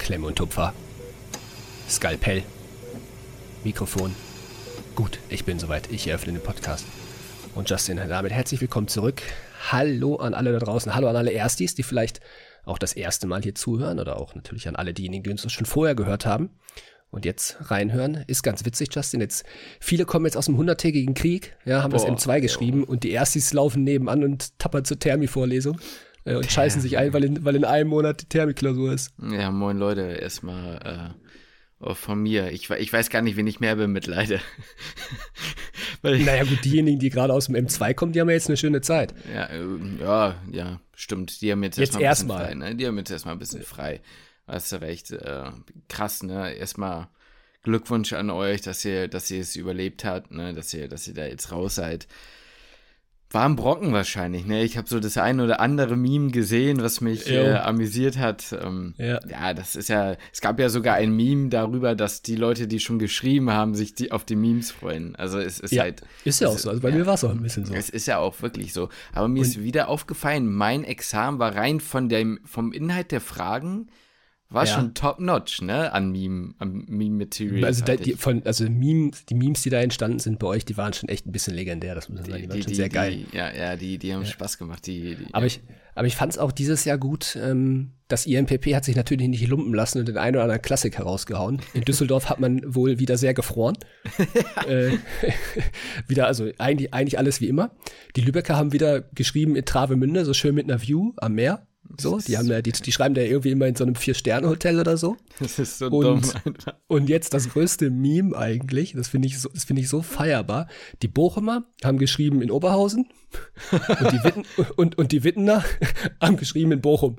Klemme und Tupfer. Skalpell. Mikrofon. Gut, ich bin soweit. Ich eröffne den Podcast. Und Justin, damit herzlich willkommen zurück. Hallo an alle da draußen. Hallo an alle Erstis, die vielleicht auch das erste Mal hier zuhören. Oder auch natürlich an alle diejenigen, die uns schon vorher gehört haben. Und jetzt reinhören. Ist ganz witzig, Justin. Viele kommen jetzt aus dem 100-tägigen Krieg, ja, haben das M2 geschrieben. Und die Erstis laufen nebenan und tappern zur Thermi-Vorlesung. Und scheißen sich ein, weil in einem Monat die Thermi-Klausur ist. Ja, moin Leute, erstmal von mir. Ich weiß gar nicht, wen ich mehr bemitleide. Naja gut, diejenigen, die gerade aus dem M2 kommen, die haben ja jetzt eine schöne Zeit. Ja, stimmt. Die haben jetzt erstmal frei, ne? Die haben jetzt erstmal ein bisschen frei. Hast du recht. Krass, ne? Erstmal Glückwunsch an euch, dass ihr es überlebt habt, ne? Dass ihr da jetzt raus seid. War ein Brocken wahrscheinlich, ne? Ich habe so das ein oder andere Meme gesehen, was mich amüsiert hat. Ja, das ist ja, es gab ja sogar ein Meme darüber, dass die Leute, die schon geschrieben haben, sich auf die Memes freuen. Also es ist halt. Ist ja auch so, also bei mir war es auch ein bisschen so. Es ist ja auch wirklich so. Aber mir ist wieder aufgefallen, mein Examen war rein vom Inhalt der Fragen, war schon top-notch, ne, an Meme-Material. Also, die Memes, die da entstanden sind bei euch, die waren schon echt ein bisschen legendär, das muss man sagen. Die waren schon sehr geil. Die haben Spaß gemacht. Aber ich fand es auch dieses Jahr gut, das IMPP hat sich natürlich nicht lumpen lassen und den einen oder anderen Klassik herausgehauen. In Düsseldorf hat man wohl wieder sehr gefroren. Also eigentlich alles wie immer. Die Lübecker haben wieder geschrieben in Travemünde, so schön mit einer View am Meer. So, die schreiben da irgendwie immer in so einem 4-Sterne-Hotel oder so. Das ist so dumm, Alter. Und jetzt das größte Meme eigentlich, das finde ich so feierbar. Die Bochumer haben geschrieben in Oberhausen und die Wittener haben geschrieben in Bochum.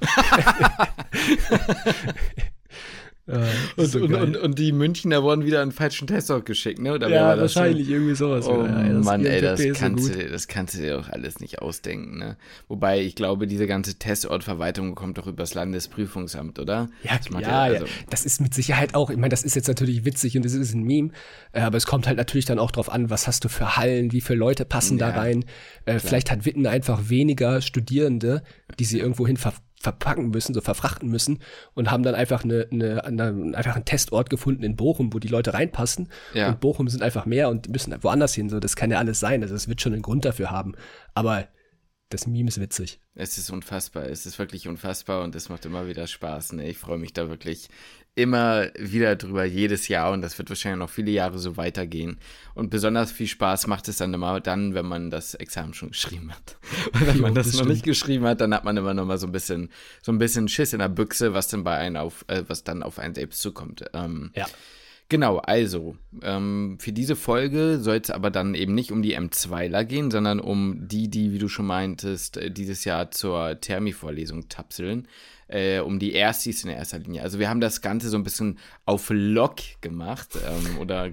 Und die Münchner wurden wieder einen falschen Testort geschickt, ne? Oder ja, wahrscheinlich so? Irgendwie sowas. Oh Mann, ey, das kannst du dir doch alles nicht ausdenken, ne? Wobei, ich glaube, diese ganze Testortverwaltung kommt doch übers Landesprüfungsamt, oder? Ja, das ist mit Sicherheit auch, ich meine, das ist jetzt natürlich witzig und das ist ein Meme, aber es kommt halt natürlich dann auch drauf an, was hast du für Hallen, wie viele Leute passen da rein. Vielleicht hat Witten einfach weniger Studierende, die sie irgendwohin verpacken müssen, so verfrachten müssen und haben dann einfach einfach einen Testort gefunden in Bochum, wo die Leute reinpassen. Ja. Und Bochum sind einfach mehr und müssen woanders hin. So, das kann ja alles sein. Also es wird schon einen Grund dafür haben. Aber das Meme ist witzig. Es ist unfassbar. Es ist wirklich unfassbar und es macht immer wieder Spaß. Ne? Ich freue mich da wirklich immer wieder drüber, jedes Jahr, und das wird wahrscheinlich noch viele Jahre so weitergehen. Und besonders viel Spaß macht es dann immer dann, wenn man das Examen schon geschrieben hat. Und wenn man das noch nicht geschrieben hat, dann hat man immer noch mal so ein bisschen Schiss in der Büchse, was dann auf einen selbst zukommt. Genau, also, für diese Folge soll es aber dann eben nicht um die M2ler gehen, sondern um die, wie du schon meintest, dieses Jahr zur Thermi-Vorlesung tapseln. Um die Erstis in erster Linie. Also wir haben das Ganze so ein bisschen auf Lock gemacht oder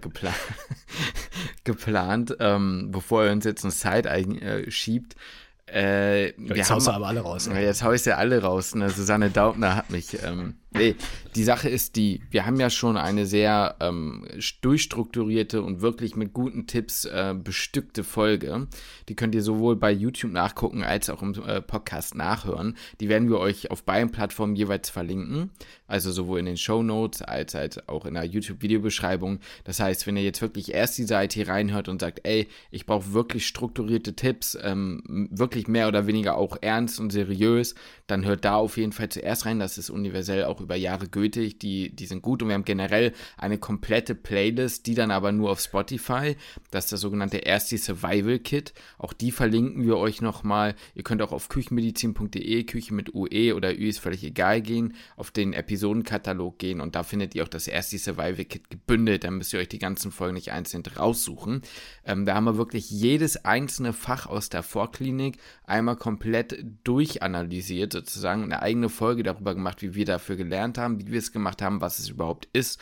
geplant, bevor er uns jetzt ein Side schiebt. Jetzt haust du aber alle raus. Jetzt hau ich sie alle raus. Ne? Susanne Daubner hat mich. Die Sache ist wir haben ja schon eine sehr durchstrukturierte und wirklich mit guten Tipps bestückte Folge. Die könnt ihr sowohl bei YouTube nachgucken, als auch im Podcast nachhören. Die werden wir euch auf beiden Plattformen jeweils verlinken. Also sowohl in den Shownotes als auch in der YouTube-Videobeschreibung. Das heißt, wenn ihr jetzt wirklich erst die Seite hier reinhört und sagt, ey, ich brauche wirklich strukturierte Tipps, wirklich mehr oder weniger auch ernst und seriös, dann hört da auf jeden Fall zuerst rein. Das ist universell auch über Jahre gültig. Die sind gut und wir haben generell eine komplette Playlist, die dann aber nur auf Spotify. Das ist das sogenannte Ersti Survival Kit. Auch die verlinken wir euch nochmal. Ihr könnt auch auf küchenmedizin.de, Küche mit UE oder Ü ist völlig egal gehen, auf den Episodenkatalog gehen und da findet ihr auch das Ersti Survival Kit gebündelt. Dann müsst ihr euch die ganzen Folgen nicht einzeln raussuchen. Da haben wir wirklich jedes einzelne Fach aus der Vorklinik einmal komplett durchanalysiert, sozusagen eine eigene Folge darüber gemacht, wie wir dafür gelernt haben, wie wir es gemacht haben, was es überhaupt ist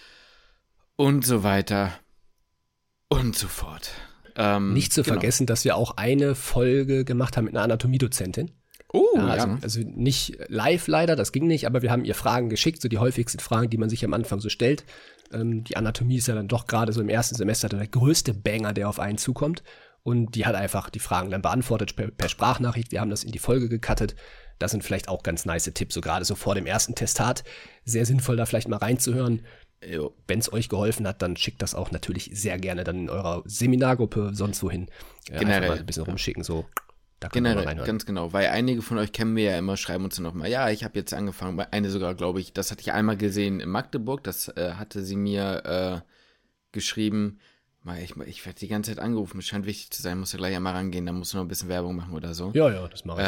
und so weiter und so fort. Nicht zu vergessen, dass wir auch eine Folge gemacht haben mit einer Anatomiedozentin. Also nicht live leider, das ging nicht, aber wir haben ihr Fragen geschickt, so die häufigsten Fragen, die man sich am Anfang so stellt. Die Anatomie ist ja dann doch gerade so im ersten Semester der größte Banger, der auf einen zukommt. und die hat einfach die Fragen dann beantwortet per Sprachnachricht. Wir haben das in die Folge gecuttet. Das sind vielleicht auch ganz nice Tipps, so gerade so vor dem ersten Testat. Sehr sinnvoll, da vielleicht mal reinzuhören. Wenn es euch geholfen hat, dann schickt das auch natürlich sehr gerne dann in eurer Seminargruppe, sonst wohin. Generell. Einfach mal ein bisschen rumschicken, so. Da können Generell, wir mal reinhören. ganz genau, weil einige von euch kennen wir ja immer, schreiben uns dann nochmal, ja, ich habe jetzt angefangen, eine sogar, glaube ich, das hatte ich einmal gesehen in Magdeburg, das hatte sie mir geschrieben, ich werde die ganze Zeit angerufen, es scheint wichtig zu sein, muss ja gleich einmal rangehen, dann musst du noch ein bisschen Werbung machen oder so. Ja, das mache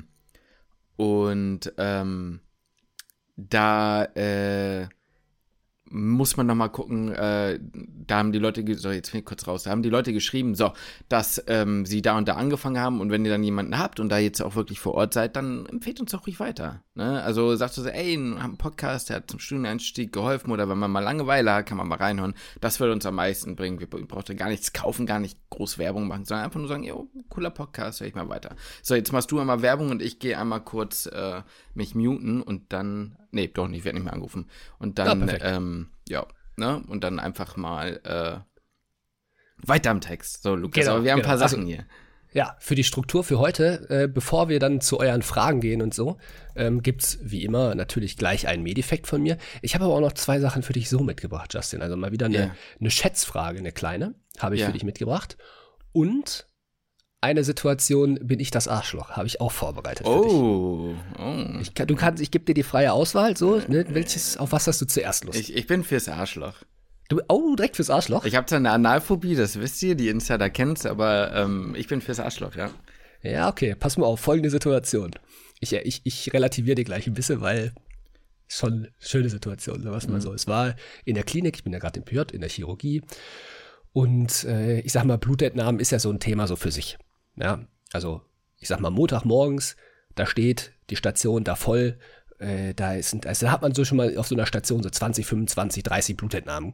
ich. Da muss man nochmal gucken, da haben die Leute, jetzt bin ich kurz raus, da haben die Leute geschrieben, dass sie da und da angefangen haben und wenn ihr dann jemanden habt und da jetzt auch wirklich vor Ort seid, dann empfehlt uns doch ruhig weiter. Ne? Also sagst du so, ey, wir haben einen Podcast, der hat zum Studieneinstieg geholfen oder wenn man mal Langeweile hat, kann man mal reinhören. Das würde uns am meisten bringen. Wir brauchen gar nichts kaufen, gar nicht groß Werbung machen, sondern einfach nur sagen, jo, cooler Podcast, höre ich mal weiter. So, jetzt machst du einmal Werbung und ich gehe einmal kurz mich muten und dann, nee, doch nicht, ich werde nicht mehr angerufen. Und dann, und dann einfach mal weiter im Text. So, Lukas, Genau, aber wir haben ein paar Sachen hier. Ja, für die Struktur für heute, bevor wir dann zu euren Fragen gehen und so, gibt's wie immer natürlich gleich einen Medifekt von mir. Ich habe aber auch noch 2 Sachen für dich so mitgebracht, Justin. Also mal wieder eine Schätzfrage, eine kleine, habe ich für dich mitgebracht. Und eine Situation, bin ich das Arschloch, habe ich auch vorbereitet für dich. Ich gebe dir die freie Auswahl, so, ne? Auf was hast du zuerst Lust? Ich bin fürs Arschloch. Direkt fürs Arschloch? Ich habe zwar eine Analphobie, das wisst ihr, die Insider kennt's, aber ich bin fürs Arschloch, ja. Ja, okay, pass mal auf, folgende Situation. Ich relativiere dir gleich ein bisschen, weil schon eine schöne Situation, sagen wir es mal so. Es war in der Klinik, ich bin ja gerade im PJ, in der Chirurgie und ich sag mal, Blutentnahmen ist ja so ein Thema so für sich. Ja, also ich sag mal, Montagmorgens, da steht die Station da voll, da hat man so schon mal auf so einer Station so 20, 25, 30 Blutentnahmen.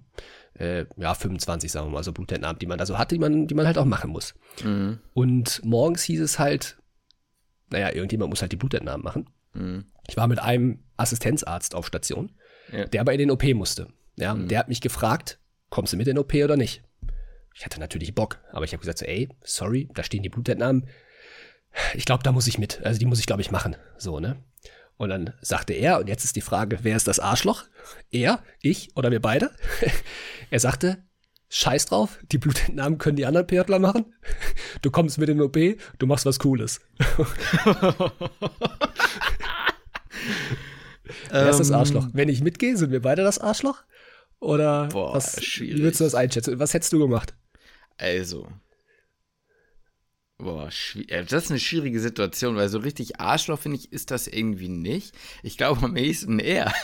25, sagen wir mal, so Blutentnahmen, die man da so hat, die man halt auch machen muss. Mhm. Und morgens hieß es halt, irgendjemand muss halt die Blutentnahmen machen. Mhm. Ich war mit einem Assistenzarzt auf Station, der aber in den OP musste. Ja, und der hat mich gefragt, kommst du mit in den OP oder nicht? Ich hatte natürlich Bock, aber ich habe gesagt so, ey, sorry, da stehen die Blutentnahmen. Ich glaube, da muss ich mit. Also die muss ich, glaube ich, machen. So, ne? Und dann sagte er, und jetzt ist die Frage, wer ist das Arschloch? Er, ich oder wir beide? Er sagte, scheiß drauf, die Blutentnahmen können die anderen PJler machen. Du kommst mit in den OP, du machst was Cooles. Wer ist das Arschloch? Wenn ich mitgehe, sind wir beide das Arschloch? Oder wie würdest du das einschätzen? Was hättest du gemacht? Also, das ist eine schwierige Situation, weil so richtig Arschloch, finde ich, ist das irgendwie nicht. Ich glaube am ehesten eher.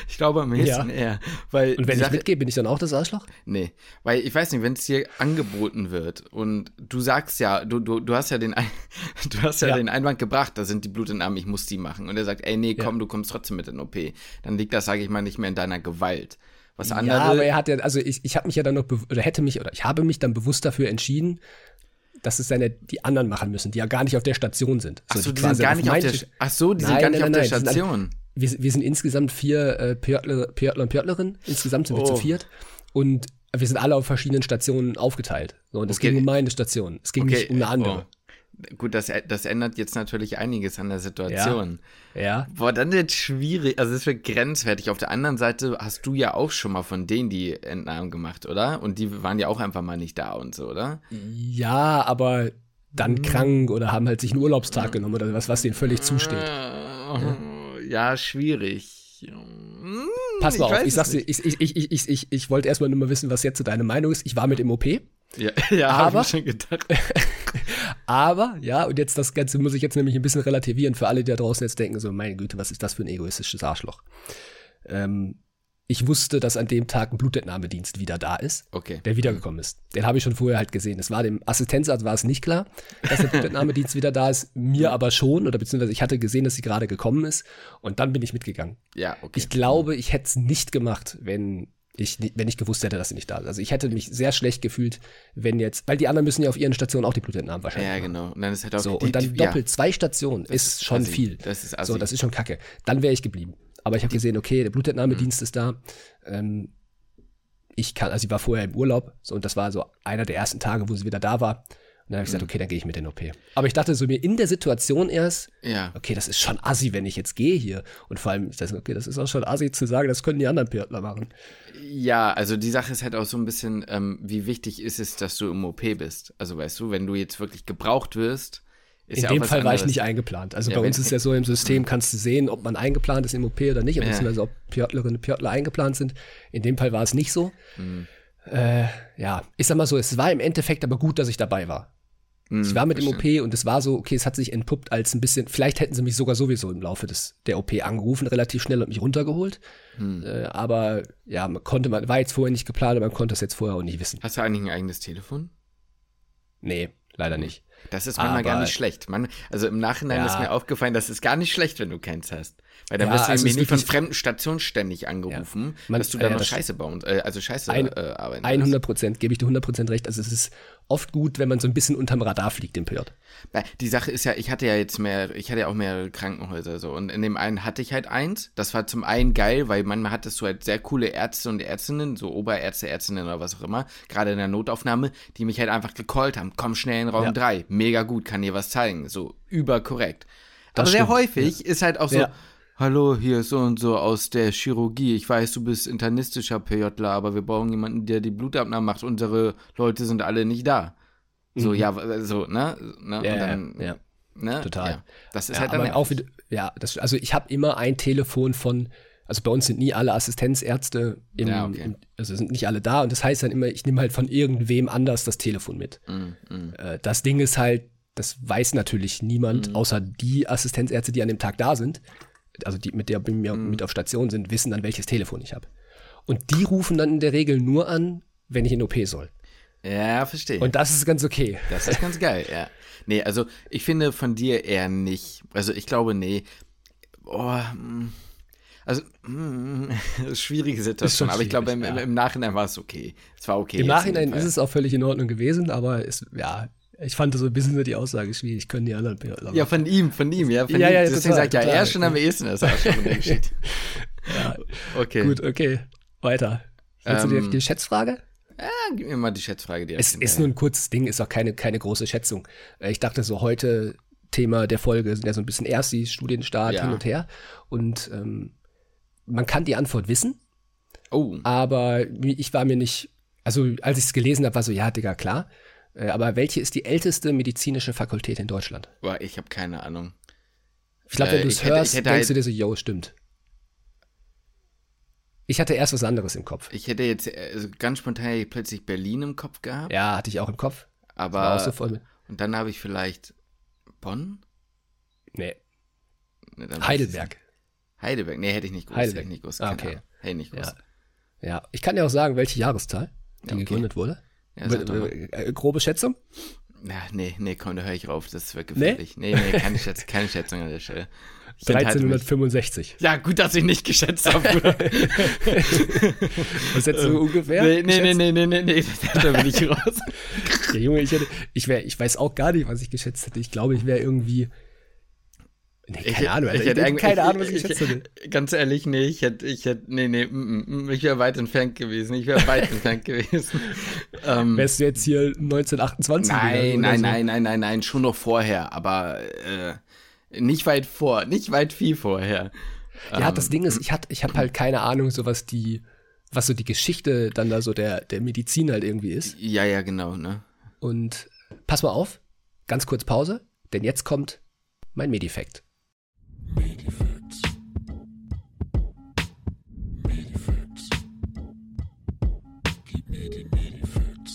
Weil und wenn ich mitgehe, bin ich dann auch das Arschloch? Nee, weil ich weiß nicht, wenn es dir angeboten wird und du sagst ja, du hast ja den Einwand gebracht, da sind die Blutentnahmen, ich muss die machen. Und er sagt, ey, nee, komm, du kommst trotzdem mit in OP. Dann liegt das, sage ich mal, nicht mehr in deiner Gewalt. Was andere, ja, aber er hat ja, also ich habe mich ja dann noch, ich habe mich dann bewusst dafür entschieden, dass es die anderen machen müssen, die ja gar nicht auf der Station sind. Achso, die sind gar nicht auf der Station. Wir sind insgesamt 4 Pjörtler und Pjörtlerinnen. Insgesamt sind wir zu 4. Und wir sind alle auf verschiedenen Stationen aufgeteilt. So, und es ging um meine Station. Es ging nicht um eine andere. Gut, das ändert jetzt natürlich einiges an der Situation. Ja. Boah, dann wird schwierig, also das wird grenzwertig. Auf der anderen Seite hast du ja auch schon mal von denen die Entnahmen gemacht, oder? Und die waren ja auch einfach mal nicht da und so, oder? Ja, aber dann krank oder haben halt sich einen Urlaubstag genommen oder was denen völlig zusteht. Ja, schwierig. Pass mal auf, ich sag's dir, ich wollte erstmal nur mal wissen, was jetzt so deine Meinung ist. Ich war mit im OP. Ja, habe ich schon gedacht. Aber, ja, und jetzt das Ganze muss ich jetzt nämlich ein bisschen relativieren für alle, die da draußen jetzt denken, so, meine Güte, was ist das für ein egoistisches Arschloch? Ich wusste, dass an dem Tag ein Blutentnahmedienst wieder da ist, der wiedergekommen ist. Den habe ich schon vorher halt gesehen. Es war dem Assistenzarzt war es nicht klar, dass der Blutentnahmedienst wieder da ist, mir aber schon, oder beziehungsweise ich hatte gesehen, dass sie gerade gekommen ist und dann bin ich mitgegangen. Ja, okay. Ich glaube, ich hätte es nicht gemacht, wenn ich gewusst hätte, dass sie nicht da ist. Also ich hätte mich sehr schlecht gefühlt, weil die anderen müssen ja auf ihren Stationen auch die Blutentnahmen wahrscheinlich machen. Ja, genau. Und dann ist halt auch so, und dann doppelt 2 Stationen ist schon assi. viel. Das ist assi. So, das ist schon kacke. Dann wäre ich geblieben. Aber ich habe gesehen, okay, der Blutentnahmedienst ist da. Ich war vorher im Urlaub, so, und das war so einer der ersten Tage, wo sie wieder da war. Und dann habe ich gesagt, okay, dann gehe ich mit in den OP. Aber ich dachte so mir in der Situation erst, okay, das ist schon assi, wenn ich jetzt gehe hier. Und vor allem, ich dachte, okay, das ist auch schon assi zu sagen, das können die anderen Pörtler machen. Ja, also die Sache ist halt auch so ein bisschen, wie wichtig ist es, dass du im OP bist. Also weißt du, wenn du jetzt wirklich gebraucht wirst, ist in ja dem auch was Fall war anderes. ich nicht eingeplant. Also bei uns ist ja so im System, kannst du sehen, ob man eingeplant ist im OP oder nicht, beziehungsweise ob Pörtlerinnen und Pörtler eingeplant sind. In dem Fall war es nicht so. Ja, ich sag mal so, es war im Endeffekt aber gut, dass ich dabei war. Ich war mit im OP und es war so, okay, es hat sich entpuppt als ein bisschen, vielleicht hätten sie mich sogar sowieso im Laufe der OP angerufen, relativ schnell und mich runtergeholt. Aber ja, man war jetzt vorher nicht geplant, aber man konnte es jetzt vorher auch nicht wissen. Hast du eigentlich ein eigenes Telefon? Nee, leider nicht. Das ist manchmal gar nicht schlecht. Also im Nachhinein ist mir aufgefallen, das ist gar nicht schlecht, wenn du keins hast. Weil dann wirst du nämlich nicht von fremden Stationen ständig angerufen, dass du da noch Scheiße bauen, arbeiten 100%, gebe ich dir 100% recht. Also es ist oft gut, wenn man so ein bisschen unterm Radar fliegt im PJ. Die Sache ist ja, ich hatte ja auch mehrere Krankenhäuser so und in dem einen hatte ich halt eins. Das war zum einen geil, weil manchmal hattest du halt sehr coole Ärzte und Ärztinnen, so Oberärzte, Ärztinnen oder was auch immer, gerade in der Notaufnahme, die mich halt einfach gecallt haben. Komm schnell in Raum 3, mega gut, kann dir was zeigen. So überkorrekt. Aber sehr häufig ist halt auch so, hallo, hier ist so und so aus der Chirurgie. Ich weiß, du bist internistischer PJler, aber wir brauchen jemanden, der die Blutabnahme macht. Unsere Leute sind alle nicht da. So, ne? Ne? Total. Ja. Das ist halt dann auch wieder, also ich habe immer ein Telefon also bei uns sind nie alle Assistenzärzte also sind nicht alle da und das heißt dann immer, ich nehme halt von irgendwem anders das Telefon mit. Das Ding ist halt, das weiß natürlich niemand, außer die Assistenzärzte, die an dem Tag da sind, also die, mit mir mit auf Station sind, wissen dann, welches Telefon ich habe. Und die rufen dann in der Regel nur an, wenn ich in OP soll. Ja, verstehe. Und das ist ganz okay. Das ist ganz geil, ja. Nee, also ich finde von dir eher nicht. Also ich glaube, nee. Schwierige Situation, aber ich glaube, im Nachhinein war es okay. Es war okay. Im Nachhinein ist es auch völlig in Ordnung gewesen, aber ich fand so ein bisschen so die Aussage schwierig, können die anderen. Ja, von ihm. Deswegen sagt ja er schon am ehesten, das auch schon in der Geschichte. Ja, okay. Gut, okay. Weiter. Willst du die Schätzfrage? Ja, gib mir mal die Schätzfrage. Es ist nur ein kurzes Ding, ist auch keine große Schätzung. Ich dachte so, heute Thema der Folge sind ja so ein bisschen Erstis, Studienstart, hin und her. Und man kann die Antwort wissen. Aber ich war mir nicht, also als ich es gelesen habe, war so, ja, Digga, klar. Aber welche ist die älteste medizinische Fakultät in Deutschland? Boah, ich habe keine Ahnung. Ich glaube, wenn du es hörst, denkst du dir so, yo, stimmt. Ich hatte erst was anderes im Kopf. Ich hätte jetzt ganz spontan plötzlich Berlin im Kopf gehabt. Ja, hatte ich auch im Kopf. Aber auch so voll mit. Und dann habe ich vielleicht Bonn? Nee. Heidelberg. Heidelberg? Nee, hätte ich nicht gewusst. Heidelberg. Hätte ich nicht gewusst. Okay. Hätte ich nicht gewusst. Ja, ich kann dir auch sagen, welche Jahreszahl die gegründet wurde. Ja, grobe Schätzung? Ja, nee, komm, da höre ich rauf, das wird gefährlich. Nee, keine Schätzung an der Stelle. 1365. Ja, gut, dass ich nicht geschätzt habe, Bruder. Was hättest du ungefähr? Nee, da bin ich raus. Ja, Junge, ich weiß auch gar nicht, was ich geschätzt hätte. Ich glaube, ich wäre irgendwie. Nee, keine Ahnung, Alter. Ich hätte keine Ahnung, was ich geschätzt hätte. Ganz ehrlich, nee, ich wäre weit entfernt gewesen. Wärst du jetzt hier 1928? Nein, schon noch vorher, aber nicht weit viel vorher. Ja, das Ding ist, ich habe halt keine Ahnung, so was so die Geschichte dann da so der Medizin halt irgendwie ist. Ja, genau, ne? Und pass mal auf, ganz kurz Pause, denn jetzt kommt mein Medifact. Medifacts. Gib mir die Medifacts.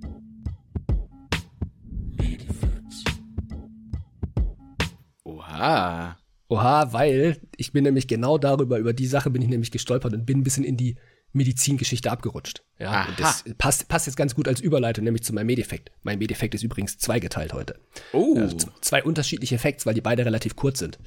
Oha, weil ich bin nämlich genau über die Sache bin ich nämlich gestolpert und bin ein bisschen in die Medizingeschichte abgerutscht. Ja, und das passt jetzt ganz gut als Überleitung, nämlich zu meinem Medifact. Mein Medifact ist übrigens zweigeteilt heute. Also zwei unterschiedliche Facts, weil die beide relativ kurz sind.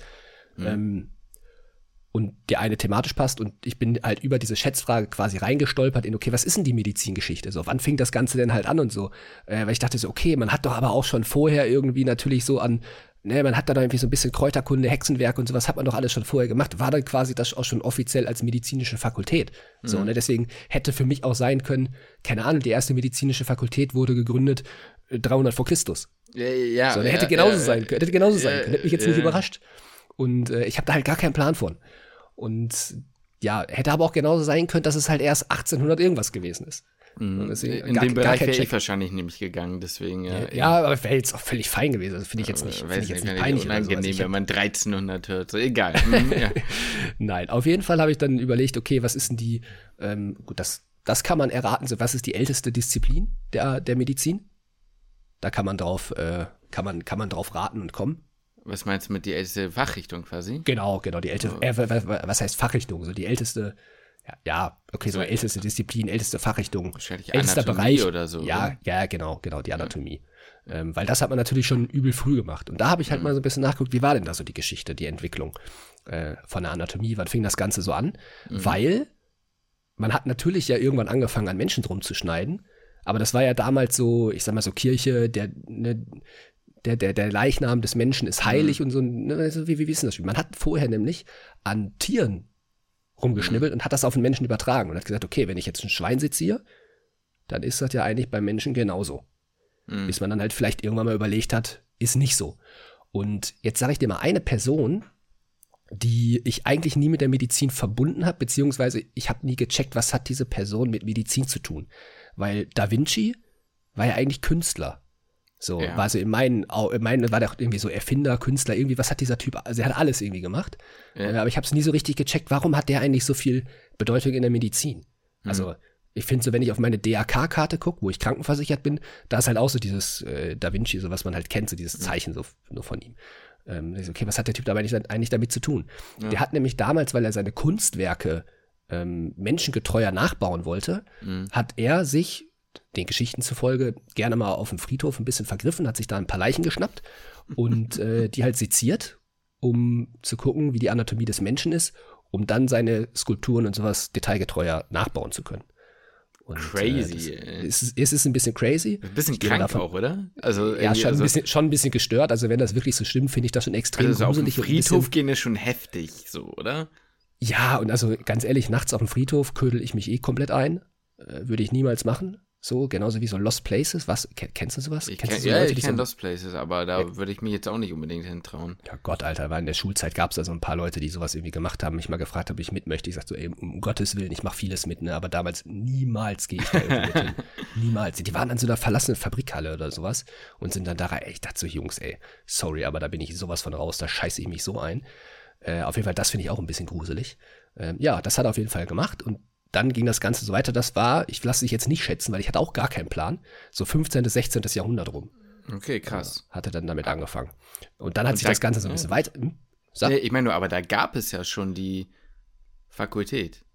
Und der eine thematisch passt und ich bin halt über diese Schätzfrage quasi reingestolpert in, okay, was ist denn die Medizingeschichte? So, wann fing das Ganze denn halt an und so? Weil ich dachte so, okay, man hat doch aber auch schon vorher irgendwie natürlich so man hat da irgendwie so ein bisschen Kräuterkunde, Hexenwerk und sowas hat man doch alles schon vorher gemacht. War dann quasi das auch schon offiziell als medizinische Fakultät. So, deswegen hätte für mich auch sein können, keine Ahnung, die erste medizinische Fakultät wurde gegründet 300 vor Christus. Ja, So, der hätte genauso sein können. Hätte mich jetzt nicht überrascht. Und ich habe da halt gar keinen Plan von. Und ja, hätte aber auch genauso sein können, dass es halt erst 1800 irgendwas gewesen ist. In dem Bereich wäre ich wahrscheinlich nämlich gegangen, deswegen. Ja, aber wäre jetzt auch völlig fein gewesen. Also finde ich jetzt nicht, peinlich. Unangenehm, wenn man 1300 hört. So, egal. Ja. Nein, auf jeden Fall habe ich dann überlegt, okay, was ist denn die, gut, das kann man erraten, so, was ist die älteste Disziplin der Medizin? Da kann man drauf raten und kommen. Was meinst du mit die älteste Fachrichtung quasi? Genau, die älteste, was heißt Fachrichtung? So die älteste, so älteste Disziplin, älteste Fachrichtung. Wahrscheinlich ältester Anatomie Bereich. oder so. Ja, genau, die Anatomie. Weil das hat man natürlich schon übel früh gemacht. Und da habe ich halt mal so ein bisschen nachgeguckt, wie war denn da so die Geschichte, die Entwicklung von der Anatomie, wann fing das Ganze so an? Weil man hat ja irgendwann angefangen, an Menschen drum zu schneiden, aber das war ja damals so, ich sag mal so Kirche, der Leichnam des Menschen ist heilig und so, ne, wie wissen das? Man hat vorher nämlich an Tieren rumgeschnibbelt und hat das auf den Menschen übertragen und hat gesagt, okay, wenn ich jetzt ein Schwein seziere, dann ist das ja eigentlich beim Menschen genauso. Bis man dann halt vielleicht irgendwann mal überlegt hat, ist nicht so. Und jetzt sage ich dir mal eine Person, die ich eigentlich nie mit der Medizin verbunden habe, beziehungsweise ich habe nie gecheckt, was hat diese Person mit Medizin zu tun. Weil Da Vinci war ja eigentlich Künstler. So, war so in meinen war der irgendwie so Erfinder, Künstler, irgendwie, was hat dieser Typ, also er hat alles irgendwie gemacht. Aber ich habe es nie so richtig gecheckt, warum hat der eigentlich so viel Bedeutung in der Medizin? Also, ich finde so, wenn ich auf meine DRK-Karte gucke, wo ich krankenversichert bin, da ist halt auch so dieses Da Vinci, so was man halt kennt, so dieses Zeichen so nur von ihm. Okay, was hat der Typ dabei eigentlich damit zu tun? Ja. Der hat nämlich damals, weil er seine Kunstwerke menschengetreuer nachbauen wollte, hat er sich, den Geschichten zufolge, gerne mal auf dem Friedhof ein bisschen vergriffen, hat sich da ein paar Leichen geschnappt und die halt seziert, um zu gucken, wie die Anatomie des Menschen ist, um dann seine Skulpturen und sowas detailgetreuer nachbauen zu können. Und, crazy. Es ist ein bisschen crazy. Ein bisschen krank auch, oder? Also ja, schon ein bisschen gestört. Also wenn das wirklich so stimmt, finde ich das schon extrem gruselig. Also auf den Friedhof gehen ist schon heftig, so, oder? Ja, und also ganz ehrlich, nachts auf dem Friedhof ködel ich mich komplett ein. Würde ich niemals machen. So, genauso wie so Lost Places. Was, kennst du sowas? Ich kenne Lost Places, aber da würde ich mich jetzt auch nicht unbedingt hintrauen. Ja Gott, Alter, in der Schulzeit gab es da so ein paar Leute, die sowas irgendwie gemacht haben, mich mal gefragt haben, ob ich mit möchte. Ich sagte so, ey, um Gottes Willen, ich mache vieles mit, ne, aber damals niemals gehe ich da irgendwie mit hin. Niemals. Die waren an so einer verlassenen Fabrikhalle oder sowas und sind dann da rein. Ich dachte so, Jungs, ey, sorry, aber da bin ich sowas von raus, da scheiße ich mich so ein. Auf jeden Fall, das finde ich auch ein bisschen gruselig. Ja, das hat er auf jeden Fall gemacht und dann ging das Ganze so weiter. Das war, ich lasse dich jetzt nicht schätzen, weil ich hatte auch gar keinen Plan, so 15. bis 16. Jahrhundert rum. Okay, krass. Hat er dann damit angefangen. Und dann hat sich das Ganze so ein bisschen weiter... Nee, ich meine nur, aber da gab es ja schon die Fakultät.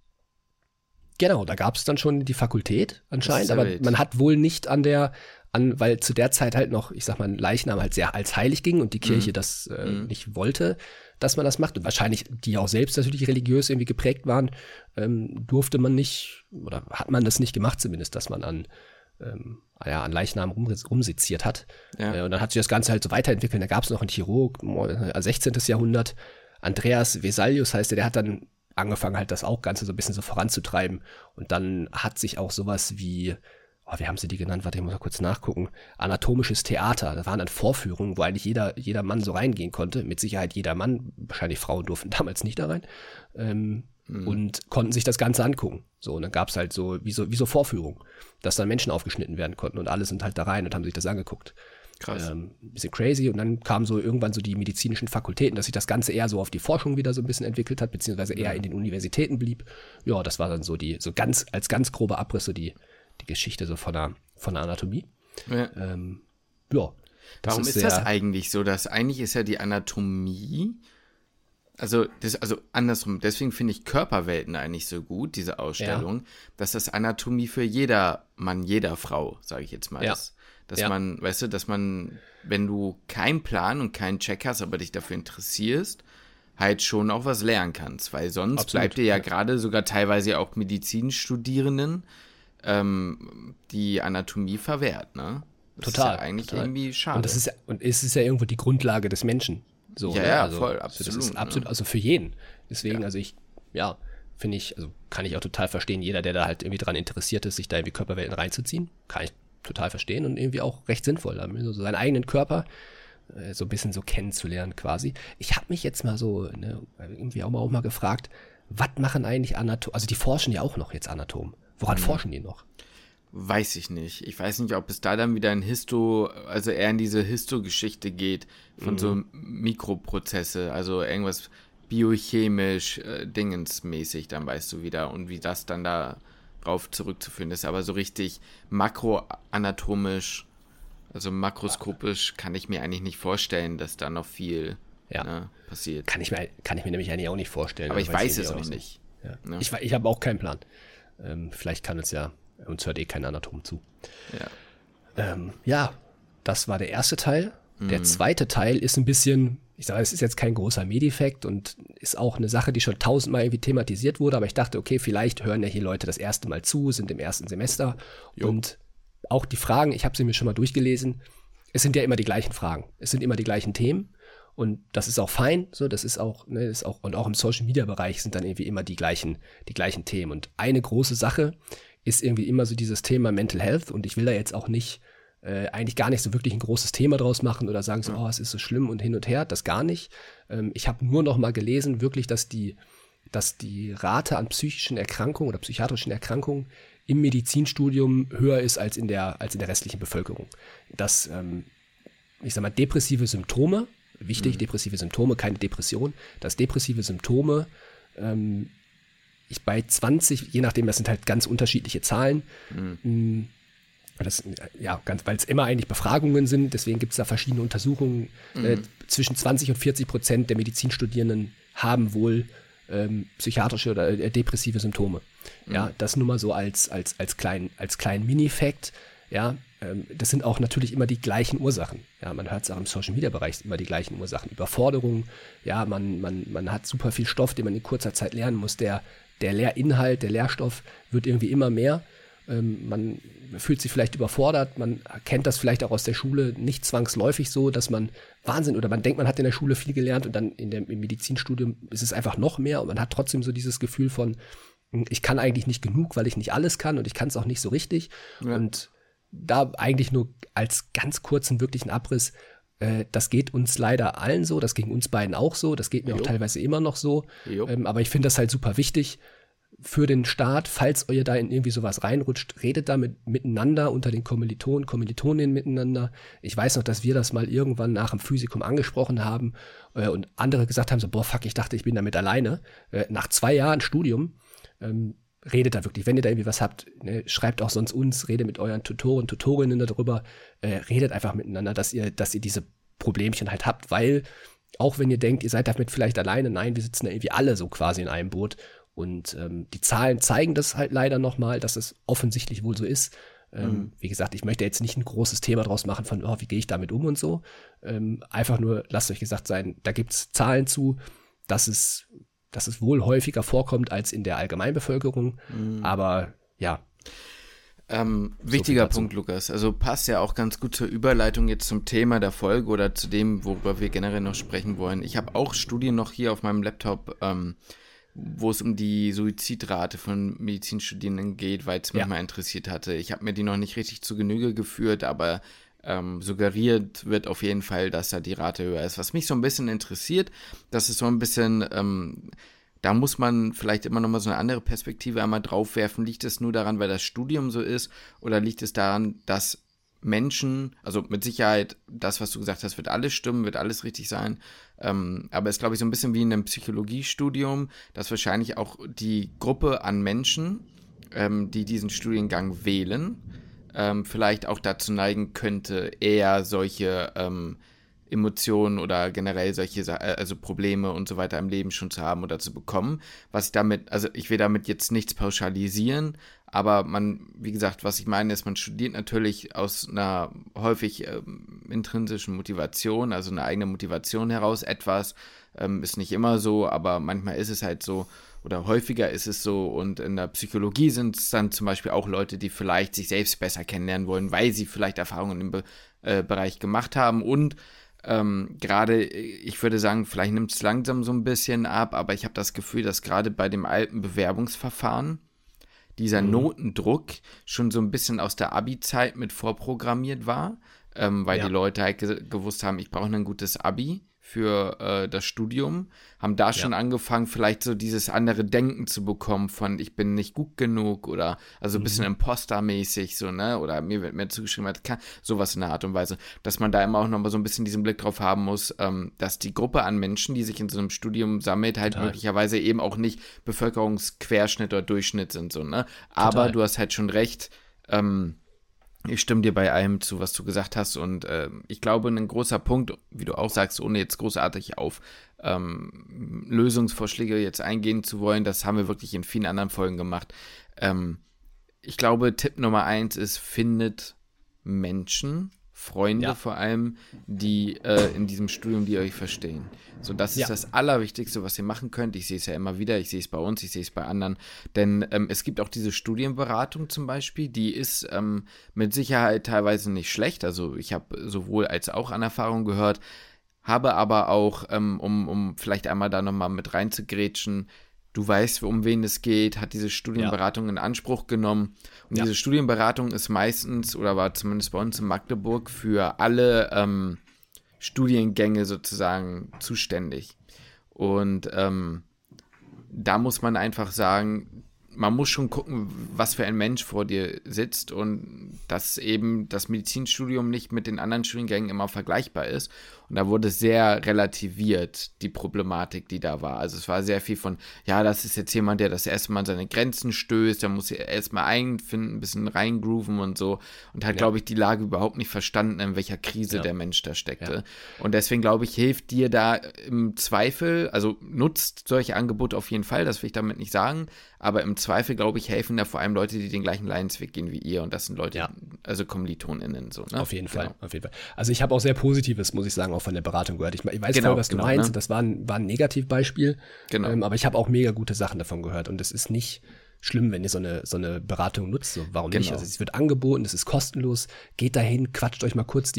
Genau, da gab es dann schon die Fakultät anscheinend, aber man hat wohl nicht weil zu der Zeit halt noch, ich sag mal, ein Leichnam halt sehr als heilig ging und die Kirche das nicht wollte, dass man das macht. Und wahrscheinlich, die auch selbst natürlich religiös irgendwie geprägt waren, durfte man nicht, oder hat man das nicht gemacht zumindest, dass man an Leichnamen rumseziert hat. Ja. Und dann hat sich das Ganze halt so weiterentwickelt. Da gab es noch einen Chirurg, 16. Jahrhundert, Andreas Vesalius heißt der hat dann angefangen halt das auch Ganze so ein bisschen so voranzutreiben. Und dann hat sich auch sowas wie, wie haben sie die genannt? Warte, ich muss mal kurz nachgucken. Anatomisches Theater. Da waren dann Vorführungen, wo eigentlich jeder Mann so reingehen konnte. Mit Sicherheit jeder Mann. Wahrscheinlich Frauen durften damals nicht da rein. Und konnten sich das Ganze angucken. So, und dann gab es halt so wie so Vorführungen, dass dann Menschen aufgeschnitten werden konnten und alle sind halt da rein und haben sich das angeguckt. Krass. Bisschen crazy. Und dann kamen so irgendwann so die medizinischen Fakultäten, dass sich das Ganze eher so auf die Forschung wieder so ein bisschen entwickelt hat, beziehungsweise eher in den Universitäten blieb. Ja, das war dann so als ganz grober Abriss so die Geschichte so von der Anatomie. Ja. Warum ist das eigentlich so? Eigentlich ist ja die Anatomie, also andersrum, deswegen finde ich Körperwelten eigentlich so gut, diese Ausstellung, dass das Anatomie für jeder Mann, jeder Frau, sage ich jetzt mal, ist. Dass man, weißt du, dass man, wenn du keinen Plan und keinen Check hast, aber dich dafür interessierst, halt schon auch was lernen kannst, weil sonst bleibt dir ja gerade sogar teilweise auch Medizinstudierenden die Anatomie verwehrt, ne? Das total. Ist ja eigentlich irgendwie schade. Und es ist ja irgendwo die Grundlage des Menschen. So, ja, also, voll, absolut. Das ist absolut, also für jeden. Deswegen, finde ich, also kann ich auch total verstehen, jeder, der da halt irgendwie dran interessiert ist, sich da irgendwie Körperwelten reinzuziehen, kann ich total verstehen und irgendwie auch recht sinnvoll, so seinen eigenen Körper so ein bisschen so kennenzulernen quasi. Ich habe mich jetzt mal so irgendwie auch mal gefragt, was machen eigentlich Anatomen? Also die forschen ja auch noch jetzt Anatomen. Woran forschen die noch? Weiß ich nicht. Ich weiß nicht, ob es da dann wieder also eher in diese Histo-Geschichte geht von so Mikroprozesse, also irgendwas biochemisch, dingensmäßig, dann weißt du wieder und wie das dann darauf zurückzuführen ist. Aber so richtig makroanatomisch, also makroskopisch kann ich mir eigentlich nicht vorstellen, dass da noch viel passiert. Kann ich mir nämlich eigentlich auch nicht vorstellen. Aber ich weiß es auch nicht. So. Ja. Ne? Ich habe auch keinen Plan. Vielleicht kann uns hört kein Anatom zu. Ja, das war der erste Teil. Der zweite Teil ist ein bisschen, ich sage, es ist jetzt kein großer Medifekt und ist auch eine Sache, die schon 1000-mal irgendwie thematisiert wurde, aber ich dachte, okay, vielleicht hören ja hier Leute das erste Mal zu, sind im ersten Semester und auch die Fragen, ich habe sie mir schon mal durchgelesen, es sind ja immer die gleichen Fragen, es sind immer die gleichen Themen und das ist auch fein, so, das ist auch, und auch im Social-Media-Bereich sind dann irgendwie immer die gleichen Themen und eine große Sache ist irgendwie immer so dieses Thema Mental Health und ich will da jetzt auch nicht eigentlich gar nicht so wirklich ein großes Thema draus machen oder sagen so, es ist so schlimm und hin und her, das gar nicht. Ich habe nur noch mal gelesen, wirklich, dass die Rate an psychischen Erkrankungen oder psychiatrischen Erkrankungen im Medizinstudium höher ist als in der restlichen Bevölkerung. Dass, ich sag mal, depressive Symptome, wichtig, depressive Symptome, keine Depression, dass depressive Symptome ich bei 20, je nachdem, das sind halt ganz unterschiedliche Zahlen, weil es immer eigentlich Befragungen sind, deswegen gibt es da verschiedene Untersuchungen. Zwischen 20 und 40% der Medizinstudierenden haben wohl psychiatrische oder depressive Symptome. Ja, das nur mal so als kleinen Mini-Fact. Ja, das sind auch natürlich immer die gleichen Ursachen. Ja, man hört es auch im Social-Media-Bereich immer die gleichen Ursachen. Überforderung, ja, man hat super viel Stoff, den man in kurzer Zeit lernen muss. Der Lehrinhalt, der Lehrstoff wird irgendwie immer mehr. Man fühlt sich vielleicht überfordert, man kennt das vielleicht auch aus der Schule nicht zwangsläufig so, dass man oder man denkt, man hat in der Schule viel gelernt und dann im Medizinstudium ist es einfach noch mehr und man hat trotzdem so dieses Gefühl von, ich kann eigentlich nicht genug, weil ich nicht alles kann und ich kann es auch nicht so richtig. Ja. Und da eigentlich nur als ganz kurzen, wirklichen Abriss, das geht uns leider allen so, das ging uns beiden auch so, das geht mir auch teilweise immer noch so, aber ich finde das halt super wichtig für den Staat, falls ihr da in irgendwie sowas reinrutscht, redet da miteinander unter den Kommilitoninnen miteinander. Ich weiß noch, dass wir das mal irgendwann nach dem Physikum angesprochen haben und andere gesagt haben so, boah, fuck, ich dachte, ich bin damit alleine. Nach 2 Jahren Studium redet da wirklich, wenn ihr da irgendwie was habt, ne, schreibt auch sonst uns, redet mit euren Tutoren, Tutorinnen darüber, redet einfach miteinander, dass ihr diese Problemchen halt habt, weil auch wenn ihr denkt, ihr seid damit vielleicht alleine, nein, wir sitzen da irgendwie alle so quasi in einem Boot. Und die Zahlen zeigen das halt leider nochmal, dass es offensichtlich wohl so ist. Wie gesagt, ich möchte jetzt nicht ein großes Thema draus machen von, wie gehe ich damit um und so. Einfach nur, lasst euch gesagt sein, da gibt es Zahlen zu, dass es wohl häufiger vorkommt als in der Allgemeinbevölkerung. Aber ja. Wichtiger Punkt, Lukas. Also passt ja auch ganz gut zur Überleitung jetzt zum Thema der Folge oder zu dem, worüber wir generell noch sprechen wollen. Ich habe auch Studien noch hier auf meinem Laptop, wo es um die Suizidrate von Medizinstudierenden geht, weil es mich mal interessiert hatte. Ich habe mir die noch nicht richtig zu Genüge geführt, aber suggeriert wird auf jeden Fall, dass da die Rate höher ist. Was mich so ein bisschen interessiert, das ist so ein bisschen, da muss man vielleicht immer noch mal so eine andere Perspektive einmal drauf werfen. Liegt es nur daran, weil das Studium so ist, oder liegt es daran, dass Menschen, also mit Sicherheit, das, was du gesagt hast, wird alles stimmen, wird alles richtig sein, aber es ist, glaube ich, so ein bisschen wie in einem Psychologiestudium, dass wahrscheinlich auch die Gruppe an Menschen, die diesen Studiengang wählen, vielleicht auch dazu neigen könnte, eher solche Emotionen oder generell solche, also Probleme und so weiter im Leben schon zu haben oder zu bekommen. Ich will damit jetzt nichts pauschalisieren, aber wie gesagt, was ich meine ist, man studiert natürlich aus einer häufig intrinsischen Motivation, also eine eigene Motivation heraus etwas, ist nicht immer so, aber manchmal ist es halt so oder häufiger ist es so, und in der Psychologie sind es dann zum Beispiel auch Leute, die vielleicht sich selbst besser kennenlernen wollen, weil sie vielleicht Erfahrungen im Bereich gemacht haben und gerade, ich würde sagen, vielleicht nimmt es langsam so ein bisschen ab, aber ich habe das Gefühl, dass gerade bei dem alten Bewerbungsverfahren, dieser Notendruck schon so ein bisschen aus der Abi-Zeit mit vorprogrammiert war, weil die Leute halt gewusst haben, ich brauche ein gutes Abi für das Studium, haben da schon angefangen, vielleicht so dieses andere Denken zu bekommen von, ich bin nicht gut genug oder also ein bisschen Imposter-mäßig so, ne, oder mir wird mehr zugeschrieben, sowas in der Art und Weise, dass man da immer auch nochmal so ein bisschen diesen Blick drauf haben muss, dass die Gruppe an Menschen, die sich in so einem Studium sammelt, halt möglicherweise eben auch nicht Bevölkerungsquerschnitt oder Durchschnitt sind, so, ne, aber du hast halt schon recht, ich stimme dir bei allem zu, was du gesagt hast und ich glaube, ein großer Punkt, wie du auch sagst, ohne jetzt großartig auf Lösungsvorschläge jetzt eingehen zu wollen, das haben wir wirklich in vielen anderen Folgen gemacht. Ich glaube, Tipp Nummer 1 ist, findet Menschen, Freunde vor allem, die in diesem Studium, die euch verstehen. So, das ist das Allerwichtigste, was ihr machen könnt. Ich sehe es ja immer wieder, ich sehe es bei uns, ich sehe es bei anderen. Denn es gibt auch diese Studienberatung zum Beispiel, die ist mit Sicherheit teilweise nicht schlecht. Also ich habe sowohl als auch an Erfahrung gehört, habe aber auch, um vielleicht einmal da nochmal mit reinzugrätschen, du weißt, um wen es geht, hat diese Studienberatung in Anspruch genommen. Und diese Studienberatung ist meistens, oder war zumindest bei uns in Magdeburg, für alle Studiengänge sozusagen zuständig. Und da muss man einfach sagen, man muss schon gucken, was für ein Mensch vor dir sitzt und dass eben das Medizinstudium nicht mit den anderen Studiengängen immer vergleichbar ist. Und da wurde sehr relativiert, die Problematik, die da war. Also es war sehr viel von, ja, das ist jetzt jemand, der das erste Mal an seine Grenzen stößt, der muss erstmal einfinden, ein bisschen reingrooven und so. Und hat, glaube ich, die Lage überhaupt nicht verstanden, in welcher Krise der Mensch da steckte. Ja. Und deswegen, glaube ich, hilft dir da im Zweifel, also nutzt solche Angebote auf jeden Fall, das will ich damit nicht sagen, aber im Zweifel, glaube ich, helfen da vor allem Leute, die den gleichen Leidensweg gehen wie ihr. Und das sind Leute, also KommilitonInnen. So, ne? Auf jeden Fall, auf jeden Fall. Also ich habe auch sehr Positives, muss ich sagen, auch von der Beratung gehört. Ich weiß voll, was du meinst. Ne? Das war ein Negativbeispiel. Genau. Aber ich habe auch mega gute Sachen davon gehört. Und es ist nicht schlimm, wenn ihr so eine Beratung nutzt. So, warum nicht? Also es wird angeboten, es ist kostenlos. Geht dahin, quatscht euch mal kurz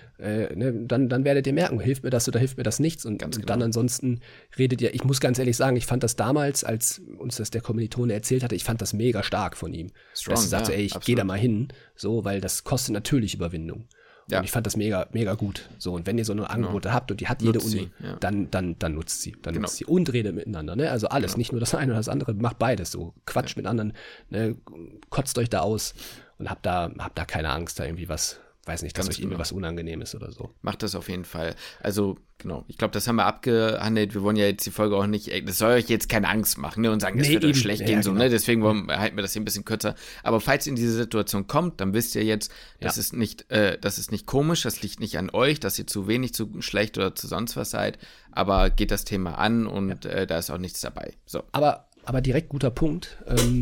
dann werdet ihr merken, hilft mir das oder hilft mir das nichts. Und dann ansonsten redet ihr, ich muss ganz ehrlich sagen, ich fand das damals, als uns das der Kommilitone erzählt hatte, ich fand das mega stark von ihm. Strong, dass er sagte, ich gehe da mal hin, so, weil das kostet natürlich Überwindung. Ja. Und ich fand das mega, mega gut. So, und wenn ihr so eine Angebote habt und die hat jede Uni, dann nutzt sie. Dann nutzt sie und redet miteinander. Ne? Also alles, nicht nur das eine oder das andere, macht beides so. Quatscht mit anderen, ne? Kotzt euch da aus und habt da keine Angst, da irgendwie was, weiß nicht, dass euch irgendwie was unangenehm ist oder so. Macht das auf jeden Fall. Also, genau. Ich glaube, das haben wir abgehandelt. Wir wollen ja jetzt die Folge auch nicht, das soll euch jetzt keine Angst machen, ne? Und sagen, es wird euch schlecht gehen, so, ne? Deswegen halten wir das hier ein bisschen kürzer. Aber falls ihr in diese Situation kommt, dann wisst ihr jetzt, das ist nicht komisch, das liegt nicht an euch, dass ihr zu wenig, zu schlecht oder zu sonst was seid. Aber geht das Thema an und da ist auch nichts dabei. So. Aber direkt guter Punkt,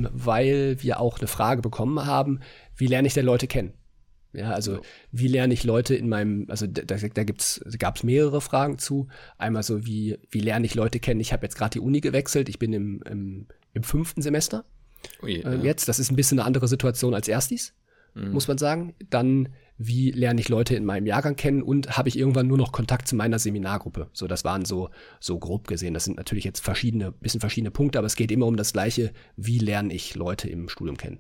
weil wir auch eine Frage bekommen haben, wie lerne ich denn Leute kennen? Ja, also wie lerne ich Leute in meinem, also da gab es mehrere Fragen zu. Einmal so, wie lerne ich Leute kennen? Ich habe jetzt gerade die Uni gewechselt, ich bin im 5. Semester jetzt. Das ist ein bisschen eine andere Situation als Erstis, muss man sagen. Dann, wie lerne ich Leute in meinem Jahrgang kennen und habe ich irgendwann nur noch Kontakt zu meiner Seminargruppe? So, das waren so grob gesehen. Das sind natürlich jetzt verschiedene Punkte, aber es geht immer um das Gleiche. Wie lerne ich Leute im Studium kennen?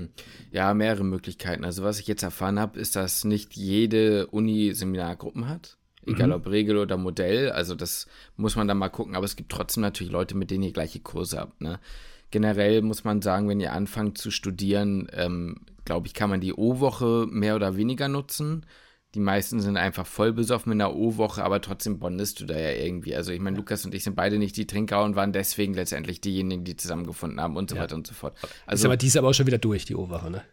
Ja, mehrere Möglichkeiten. Also was ich jetzt erfahren habe, ist, dass nicht jede Uni Seminargruppen hat. Egal ob Regel oder Modell. Also das muss man dann mal gucken. Aber es gibt trotzdem natürlich Leute, mit denen ihr gleiche Kurse habt. Ne? Generell muss man sagen, wenn ihr anfangt zu studieren, glaube ich, kann man die O-Woche mehr oder weniger nutzen. Die meisten sind einfach voll besoffen in der O-Woche, aber trotzdem bondest du da ja irgendwie. Also ich meine, Lukas und ich sind beide nicht die Trinker und waren deswegen letztendlich diejenigen, die zusammengefunden haben und so weiter und so fort. Also, die ist aber auch schon wieder durch, die O-Woche, ne?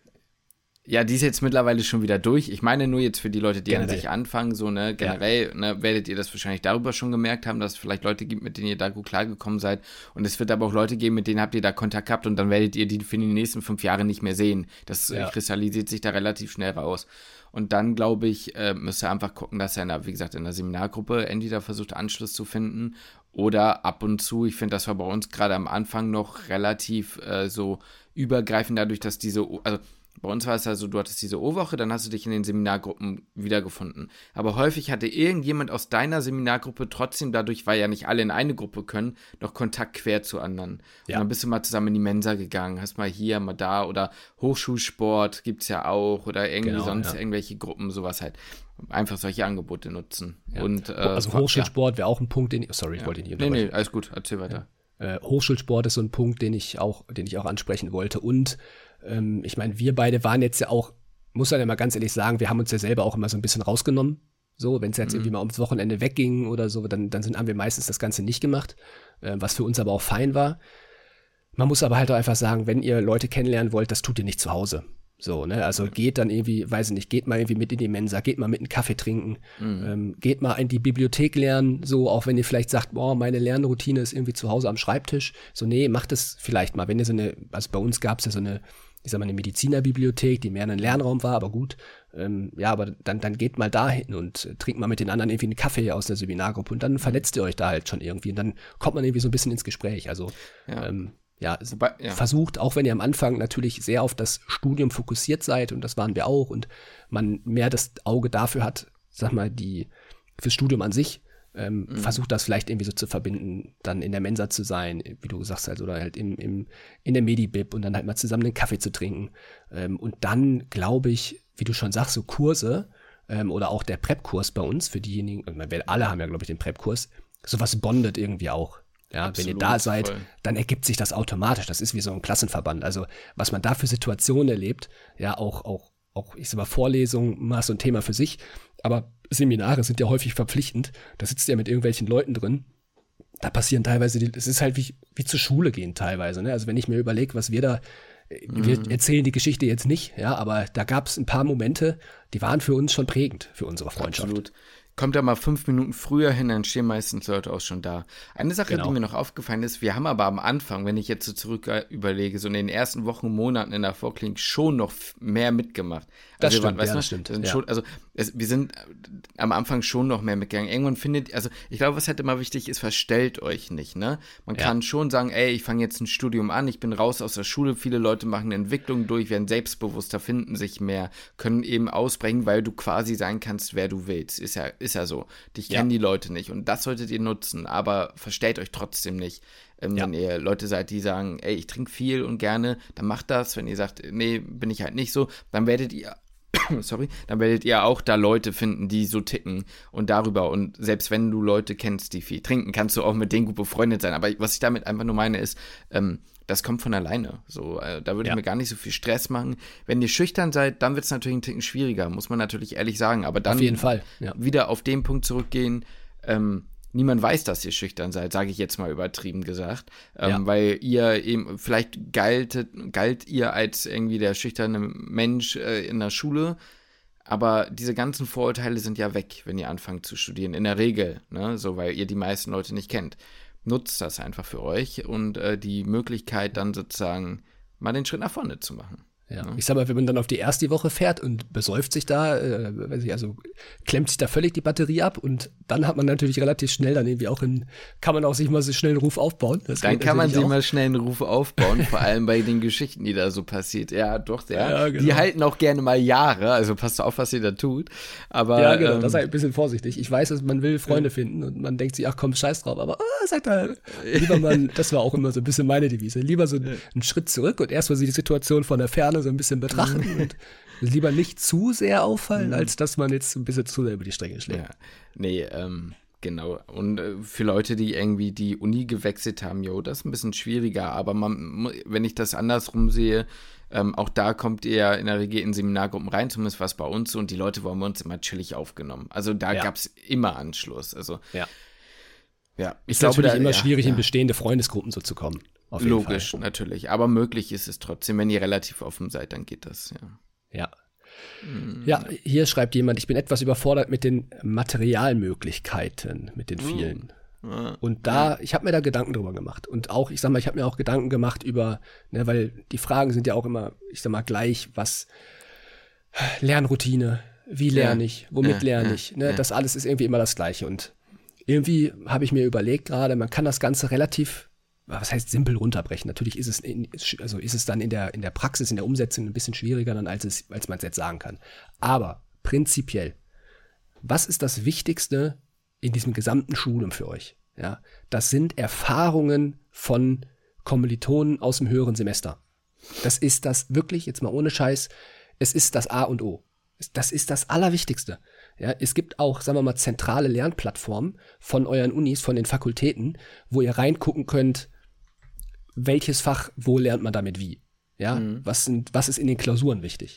Ja, die ist jetzt mittlerweile schon wieder durch. Ich meine nur jetzt für die Leute, die an sich anfangen, so, ne, generell, ne, werdet ihr das wahrscheinlich darüber schon gemerkt haben, dass es vielleicht Leute gibt, mit denen ihr da gut klargekommen seid. Und es wird aber auch Leute geben, mit denen habt ihr da Kontakt gehabt und dann werdet ihr die für die nächsten 5 Jahre nicht mehr sehen. Das kristallisiert sich da relativ schnell raus. Und dann, glaube ich, müsst ihr einfach gucken, dass er, wie gesagt, in der Seminargruppe entweder versucht, Anschluss zu finden oder ab und zu, ich finde, das war bei uns gerade am Anfang noch relativ so übergreifend dadurch, dass Bei uns war es also, du hattest diese O-Woche, dann hast du dich in den Seminargruppen wiedergefunden. Aber häufig hatte irgendjemand aus deiner Seminargruppe trotzdem dadurch, weil ja nicht alle in eine Gruppe können, noch Kontakt quer zu anderen. Ja. Und dann bist du mal zusammen in die Mensa gegangen, hast mal hier, mal da oder Hochschulsport gibt's ja auch oder irgendwie sonst irgendwelche Gruppen, sowas halt. Einfach solche Angebote nutzen. Ja. Und, also Hochschulsport wäre auch ein Punkt, den ich, sorry, ich wollte dich nicht unterbrechen. Nee, alles gut, erzähl weiter. Hochschulsport ist so ein Punkt, den ich auch ansprechen wollte. Und ich meine, wir beide waren jetzt ja auch, muss man ja mal ganz ehrlich sagen, wir haben uns ja selber auch immer so ein bisschen rausgenommen. So, wenn es jetzt irgendwie mal ums Wochenende wegging oder so, dann haben wir meistens das Ganze nicht gemacht, was für uns aber auch fein war. Man muss aber halt auch einfach sagen, wenn ihr Leute kennenlernen wollt, das tut ihr nicht zu Hause. So, ne, also geht dann irgendwie, weiß ich nicht, geht mal irgendwie mit in die Mensa, geht mal mit einen Kaffee trinken, geht mal in die Bibliothek lernen, so, auch wenn ihr vielleicht sagt, boah, meine Lernroutine ist irgendwie zu Hause am Schreibtisch, so, nee, macht es vielleicht mal, wenn ihr also bei uns gab es ja so eine, ich sag mal, eine Medizinerbibliothek, die mehr ein Lernraum war, aber gut, aber dann geht mal dahin und trinkt mal mit den anderen irgendwie einen Kaffee aus der Seminargruppe und dann vernetzt ihr euch da halt schon irgendwie und dann kommt man irgendwie so ein bisschen ins Gespräch, also, versucht, auch wenn ihr am Anfang natürlich sehr auf das Studium fokussiert seid, und das waren wir auch, und man mehr das Auge dafür hat, sag mal, fürs Studium an sich, versucht das vielleicht irgendwie so zu verbinden, dann in der Mensa zu sein, wie du gesagt hast, oder halt in der Medibib und dann halt mal zusammen einen Kaffee zu trinken. Und dann, glaube ich, wie du schon sagst, so Kurse oder auch der Prep-Kurs bei uns, für diejenigen, wir alle haben ja, glaube ich, den Prep-Kurs, sowas bondet irgendwie auch. Ja, absolut, wenn ihr da seid, voll. Dann ergibt sich das automatisch. Das ist wie so ein Klassenverband. Also, was man da für Situationen erlebt, ja, auch, ich sag mal, Vorlesungen, mal so ein Thema für sich. Aber Seminare sind ja häufig verpflichtend. Da sitzt ihr mit irgendwelchen Leuten drin. Da passieren teilweise, es ist halt wie zur Schule gehen teilweise. Ne? Also, wenn ich mir überlege, was wir erzählen die Geschichte jetzt nicht, ja, aber da gab es ein paar Momente, die waren für uns schon prägend, für unsere Freundschaft. Absolut. Kommt da mal 5 Minuten früher hin, dann stehen meistens Leute auch schon da. Eine Sache, die mir noch aufgefallen ist, wir haben aber am Anfang, wenn ich jetzt so zurück überlege, so in den ersten Wochen und Monaten in der Vorklinik schon noch mehr mitgemacht. Das Also stimmt, das stimmt. Schon, also wir sind am Anfang schon noch mehr mitgegangen. Irgendwann also ich glaube, was halt immer wichtig ist, verstellt euch nicht, ne? Man kann schon sagen, ey, ich fange jetzt ein Studium an, ich bin raus aus der Schule, viele Leute machen eine Entwicklung durch, werden selbstbewusster, finden sich mehr, können eben ausbrechen, weil du quasi sein kannst, wer du willst. Ist ja so. Dich kennen die Leute nicht und das solltet ihr nutzen, aber verstellt euch trotzdem nicht. Wenn ihr Leute seid, die sagen, ey, ich trinke viel und gerne, dann macht das. Wenn ihr sagt, nee, bin ich halt nicht so, dann werdet ihr auch da Leute finden, die so ticken und darüber. Und selbst wenn du Leute kennst, die viel trinken, kannst du auch mit denen gut befreundet sein. Aber was ich damit einfach nur meine ist, das kommt von alleine. So, da würde ich mir gar nicht so viel Stress machen. Wenn ihr schüchtern seid, dann wird es natürlich einen Ticken schwieriger, muss man natürlich ehrlich sagen. Aber dann auf jeden Fall. Wieder auf den Punkt zurückgehen, niemand weiß, dass ihr schüchtern seid, sage ich jetzt mal übertrieben gesagt, weil ihr eben, vielleicht galt ihr als irgendwie der schüchterne Mensch in der Schule, aber diese ganzen Vorurteile sind ja weg, wenn ihr anfangt zu studieren, in der Regel, ne, so, weil ihr die meisten Leute nicht kennt. Nutzt das einfach für euch und die Möglichkeit dann sozusagen mal den Schritt nach vorne zu machen. Ja. Ich sag mal, wenn man dann auf die erste Woche fährt und besäuft sich da, klemmt sich da völlig die Batterie ab und dann hat man natürlich relativ schnell dann irgendwie kann man auch sich mal so schnell einen Ruf aufbauen. Dann kann man sich mal schnell einen Ruf aufbauen, vor allem bei den Geschichten, die da so passiert. Ja, doch, genau. Die halten auch gerne mal Jahre, also passt auf, was ihr da tut. Aber, ja, genau, da seid ein bisschen vorsichtig. Ich weiß, dass man will Freunde finden und man denkt sich, ach komm, scheiß drauf, aber sagt da lieber das war auch immer so ein bisschen meine Devise, lieber so einen Schritt zurück und erstmal die Situation von der Ferne so ein bisschen betrachten und lieber nicht zu sehr auffallen, als dass man jetzt ein bisschen zu sehr über die Stränge schlägt. Ja. Nee, genau. Und für Leute, die irgendwie die Uni gewechselt haben, das ist ein bisschen schwieriger, aber wenn ich das andersrum sehe, auch da kommt ihr in der Regel in Seminargruppen rein, zumindest was bei uns, und die Leute wurden bei uns immer chillig aufgenommen. Also da gab es immer Anschluss. Also ich glaube, natürlich immer schwierig, in bestehende Freundesgruppen so zu kommen. Logisch, natürlich. Aber möglich ist es trotzdem. Wenn ihr relativ offen seid, dann geht das, Ja. Ja, hier schreibt jemand, ich bin etwas überfordert mit den Materialmöglichkeiten, mit den vielen. Und ich habe mir da Gedanken drüber gemacht. Und auch, ich sag mal, ich habe mir auch Gedanken gemacht über, weil die Fragen sind ja auch immer, ich sag mal, gleich, was Lernroutine, wie lerne ich, womit lerne ich, das alles ist irgendwie immer das Gleiche. Und irgendwie habe ich mir überlegt gerade, man kann das Ganze relativ was heißt simpel runterbrechen? Natürlich ist es dann in der Praxis, in der Umsetzung ein bisschen schwieriger dann, als man es jetzt sagen kann. Aber prinzipiell, was ist das Wichtigste in diesem gesamten Studium für euch? Ja, das sind Erfahrungen von Kommilitonen aus dem höheren Semester. Das ist das wirklich, jetzt mal ohne Scheiß, es ist das A und O. Das ist das Allerwichtigste. Ja, es gibt auch, sagen wir mal, zentrale Lernplattformen von euren Unis, von den Fakultäten, wo ihr reingucken könnt, welches Fach, wo lernt man damit wie. Ja, was ist in den Klausuren wichtig.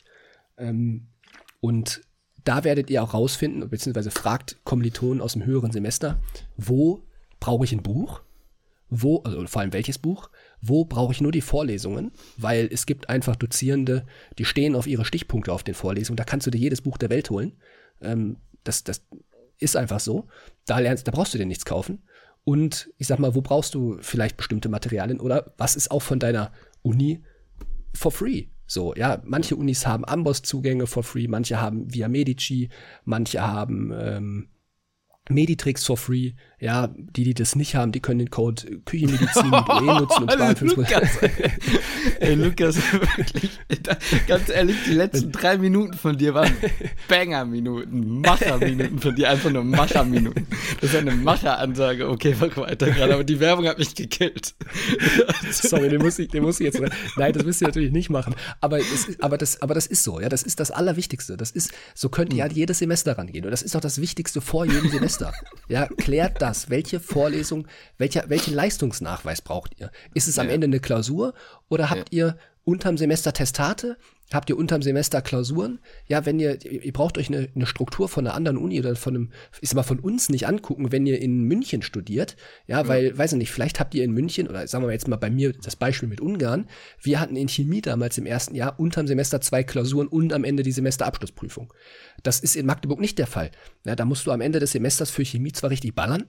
Und da werdet ihr auch rausfinden, beziehungsweise fragt Kommilitonen aus dem höheren Semester, wo brauche ich ein Buch? Also vor allem welches Buch? Wo brauche ich nur die Vorlesungen? Weil es gibt einfach Dozierende, die stehen auf ihre Stichpunkte auf den Vorlesungen. Da kannst du dir jedes Buch der Welt holen. Das ist einfach so. Da brauchst du dir nichts kaufen. Und ich sag mal, wo brauchst du vielleicht bestimmte Materialien oder was ist auch von deiner Uni for free? So, ja, manche Unis haben Amboss-Zugänge for free, manche haben Via Medici, manche haben Meditrix for free. Ja, die das nicht haben, die können den Code Küchenmedizin mit UE nutzen und sparen 5%. Ey, Lukas, wirklich, ganz ehrlich, die letzten 3 Minuten von dir waren Banger-Minuten, Macher-Minuten von dir, einfach nur Macher-Minuten. Das ist eine Macher-Ansage. Okay, mach weiter gerade, aber die Werbung hat mich gekillt. Sorry, den muss ich jetzt. Nein, das müsst ihr natürlich nicht machen. Aber das ist so, ja, das ist das Allerwichtigste. So könnt ihr halt jedes Semester rangehen. Und das ist auch das Wichtigste vor jedem Semester. Ja, klärt das. Welche Vorlesung, welchen Leistungsnachweis braucht ihr? Ist es am Ende eine Klausur oder habt ihr unterm Semester Testate? Habt ihr unterm Semester Klausuren? Ja, wenn ihr braucht euch eine Struktur von einer anderen Uni oder von uns nicht angucken, wenn ihr in München studiert. Ja, weil, weiß ich nicht, vielleicht habt ihr in München, oder sagen wir jetzt mal bei mir das Beispiel mit Ungarn, wir hatten in Chemie damals im ersten Jahr unterm Semester 2 Klausuren und am Ende die Semesterabschlussprüfung. Das ist in Magdeburg nicht der Fall. Ja, da musst du am Ende des Semesters für Chemie zwar richtig ballern,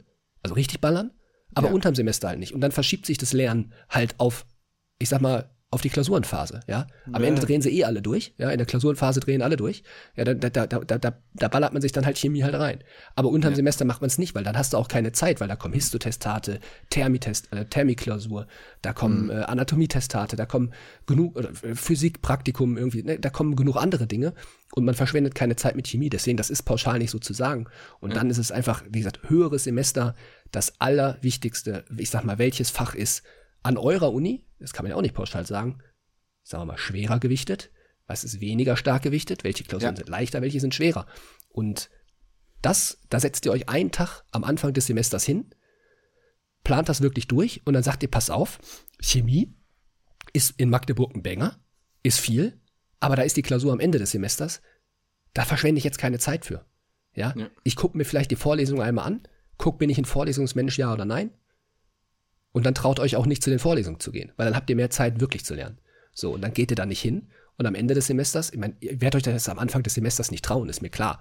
aber unterm Semester halt nicht. Und dann verschiebt sich das Lernen halt auf, ich sag mal, auf die Klausurenphase, ja. Am Ende drehen sie alle durch, ja. In der Klausurenphase drehen alle durch. Ja, da ballert man sich dann halt Chemie halt rein. Aber unterm Semester macht man es nicht, weil dann hast du auch keine Zeit, weil da kommen Histotestate, Thermiklausur, da kommen Anatomietestate, da kommen genug, oder Physikpraktikum irgendwie, ne, da kommen genug andere Dinge und man verschwendet keine Zeit mit Chemie. Deswegen, das ist pauschal nicht so zu sagen. Und dann ist es einfach, wie gesagt, höheres Semester, das Allerwichtigste, ich sag mal, welches Fach ist an eurer Uni, das kann man ja auch nicht pauschal sagen, sagen wir mal, schwerer gewichtet, was ist weniger stark gewichtet, welche Klausuren sind leichter, welche sind schwerer. Und da setzt ihr euch einen Tag am Anfang des Semesters hin, plant das wirklich durch und dann sagt ihr, pass auf, Chemie ist in Magdeburg ein Banger, ist viel, aber da ist die Klausur am Ende des Semesters, da verschwende ich jetzt keine Zeit für. Ja? Ich gucke mir vielleicht die Vorlesung einmal an, bin ich ein Vorlesungsmensch, ja oder nein? Und dann traut euch auch nicht zu den Vorlesungen zu gehen, weil dann habt ihr mehr Zeit, wirklich zu lernen. So, und dann geht ihr da nicht hin. Und am Ende des Semesters, ich meine, ihr werdet euch das am Anfang des Semesters nicht trauen, ist mir klar.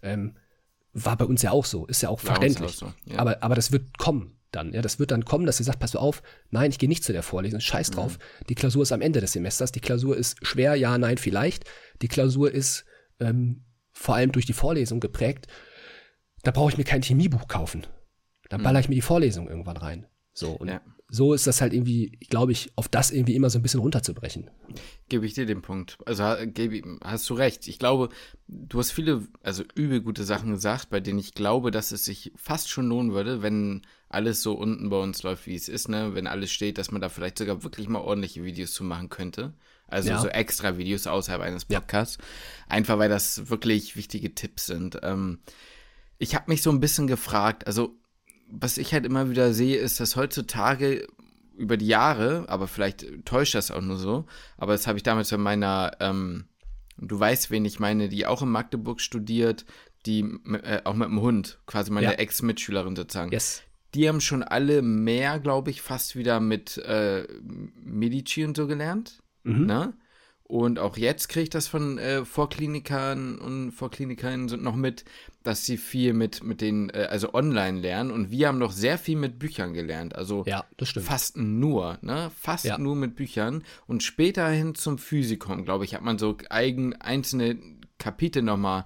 War bei uns ja auch so, ist ja auch verständlich. Auch so, ja. Aber das wird kommen dann. Ja, das wird dann kommen, dass ihr sagt, pass auf, nein, ich gehe nicht zu der Vorlesung, scheiß drauf. Die Klausur ist am Ende des Semesters. Die Klausur ist schwer, ja, nein, vielleicht. Die Klausur ist vor allem durch die Vorlesung geprägt. Da brauche ich mir kein Chemiebuch kaufen. Dann baller ich mir die Vorlesung irgendwann rein. So, und so ist das halt irgendwie, glaube ich, auf das irgendwie immer so ein bisschen runterzubrechen. Gebe ich dir den Punkt. Also hast du recht. Ich glaube, du hast viele, also übel gute Sachen gesagt, bei denen ich glaube, dass es sich fast schon lohnen würde, wenn alles so unten bei uns läuft, wie es ist, ne? Wenn alles steht, dass man da vielleicht sogar wirklich mal ordentliche Videos zu machen könnte. Also so extra Videos außerhalb eines Podcasts. Einfach, weil das wirklich wichtige Tipps sind. Ich habe mich so ein bisschen gefragt, also was ich halt immer wieder sehe, ist, dass heutzutage über die Jahre, aber vielleicht täuscht das auch nur so, aber das habe ich damals bei meiner, du weißt, wen ich meine, die auch in Magdeburg studiert, die auch mit dem Hund, quasi meine Ex-Mitschülerin sozusagen. Yes. Die haben schon alle mehr, glaube ich, fast wieder mit Medici und so gelernt, ne? Und auch jetzt kriege ich das von Vorklinikern und Vorklinikerinnen noch mit, dass sie viel mit den, also online lernen. Und wir haben noch sehr viel mit Büchern gelernt. Also das stimmt. Fast nur, ne? Nur mit Büchern. Und später hin zum Physikum, glaube ich, hat man so einzelne Kapitel nochmal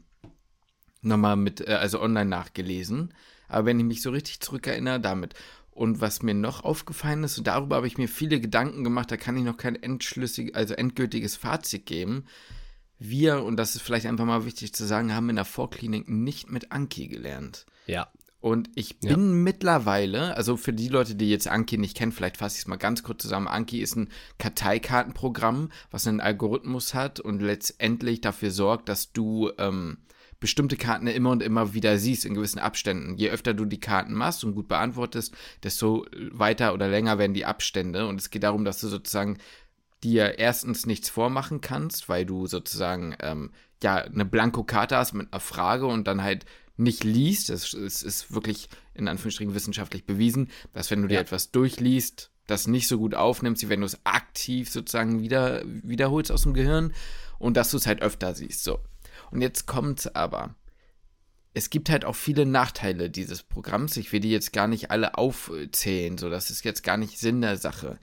also online nachgelesen. Aber wenn ich mich so richtig zurückerinnere, damit. Und was mir noch aufgefallen ist, und darüber habe ich mir viele Gedanken gemacht, da kann ich noch kein endgültiges Fazit geben. Wir, und das ist vielleicht einfach mal wichtig zu sagen, haben in der Vorklinik nicht mit Anki gelernt. Ja. Und ich bin mittlerweile, also für die Leute, die jetzt Anki nicht kennen, vielleicht fasse ich es mal ganz kurz zusammen. Anki ist ein Karteikartenprogramm, was einen Algorithmus hat und letztendlich dafür sorgt, dass du bestimmte Karten immer und immer wieder siehst in gewissen Abständen. Je öfter du die Karten machst und gut beantwortest, desto weiter oder länger werden die Abstände. Und es geht darum, dass du sozusagen dir erstens nichts vormachen kannst, weil du sozusagen eine Blankokarte hast mit einer Frage und dann halt nicht liest. Es ist wirklich in Anführungsstrichen wissenschaftlich bewiesen, dass wenn du dir etwas durchliest, das nicht so gut aufnimmst, wie wenn du es aktiv sozusagen wiederholst aus dem Gehirn und dass du es halt öfter siehst. So. Und jetzt kommt's aber. Es gibt halt auch viele Nachteile dieses Programms. Ich will die jetzt gar nicht alle aufzählen, so, das ist jetzt gar nicht Sinn der Sache.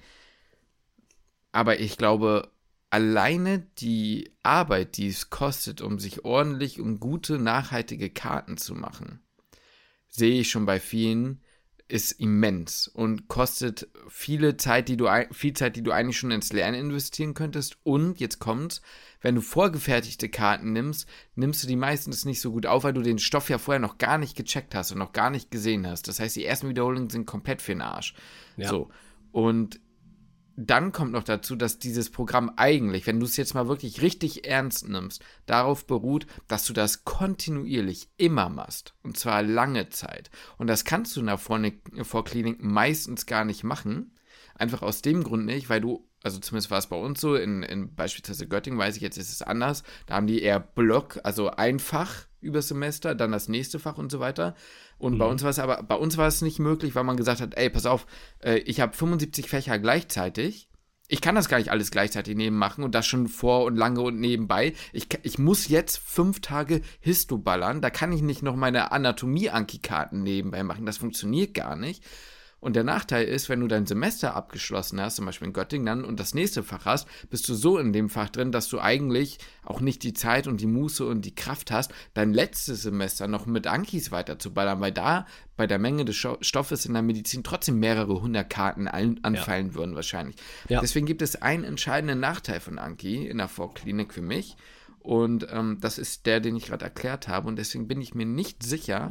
Aber ich glaube, alleine die Arbeit, die es kostet, um sich ordentlich und gute, nachhaltige Karten zu machen, sehe ich schon bei vielen, ist immens und kostet viel Zeit, die du eigentlich schon ins Lernen investieren könntest. Und jetzt kommt's, wenn du vorgefertigte Karten nimmst du die meistens nicht so gut auf, weil du den Stoff ja vorher noch gar nicht gecheckt hast und noch gar nicht gesehen hast. Das heißt, die ersten Wiederholungen sind komplett für den Arsch. Ja. So. Und dann kommt noch dazu, dass dieses Programm eigentlich, wenn du es jetzt mal wirklich richtig ernst nimmst, darauf beruht, dass du das kontinuierlich immer machst. Und zwar lange Zeit. Und das kannst du in der Vorklinik meistens gar nicht machen. Einfach aus dem Grund nicht, weil du, also zumindest war es bei uns so, in beispielsweise Göttingen, weiß ich, jetzt ist es anders, da haben die eher Block, also ein Fach übers Semester, dann das nächste Fach und so weiter. Und bei uns war es nicht möglich, weil man gesagt hat, ey, pass auf, ich habe 75 Fächer gleichzeitig. Ich kann das gar nicht alles gleichzeitig machen und das schon vor und lange und nebenbei. Ich muss jetzt 5 Tage Histo ballern. Da kann ich nicht noch meine Anatomie-Anki-Karten nebenbei machen. Das funktioniert gar nicht. Und der Nachteil ist, wenn du dein Semester abgeschlossen hast, zum Beispiel in Göttingen dann, und das nächste Fach hast, bist du so in dem Fach drin, dass du eigentlich auch nicht die Zeit und die Muße und die Kraft hast, dein letztes Semester noch mit Ankis weiterzuballern, weil da bei der Menge des Stoffes in der Medizin trotzdem mehrere 100 Karten anfallen würden wahrscheinlich. Ja. Deswegen gibt es einen entscheidenden Nachteil von Anki in der Vorklinik für mich und das ist der, den ich gerade erklärt habe und deswegen bin ich mir nicht sicher,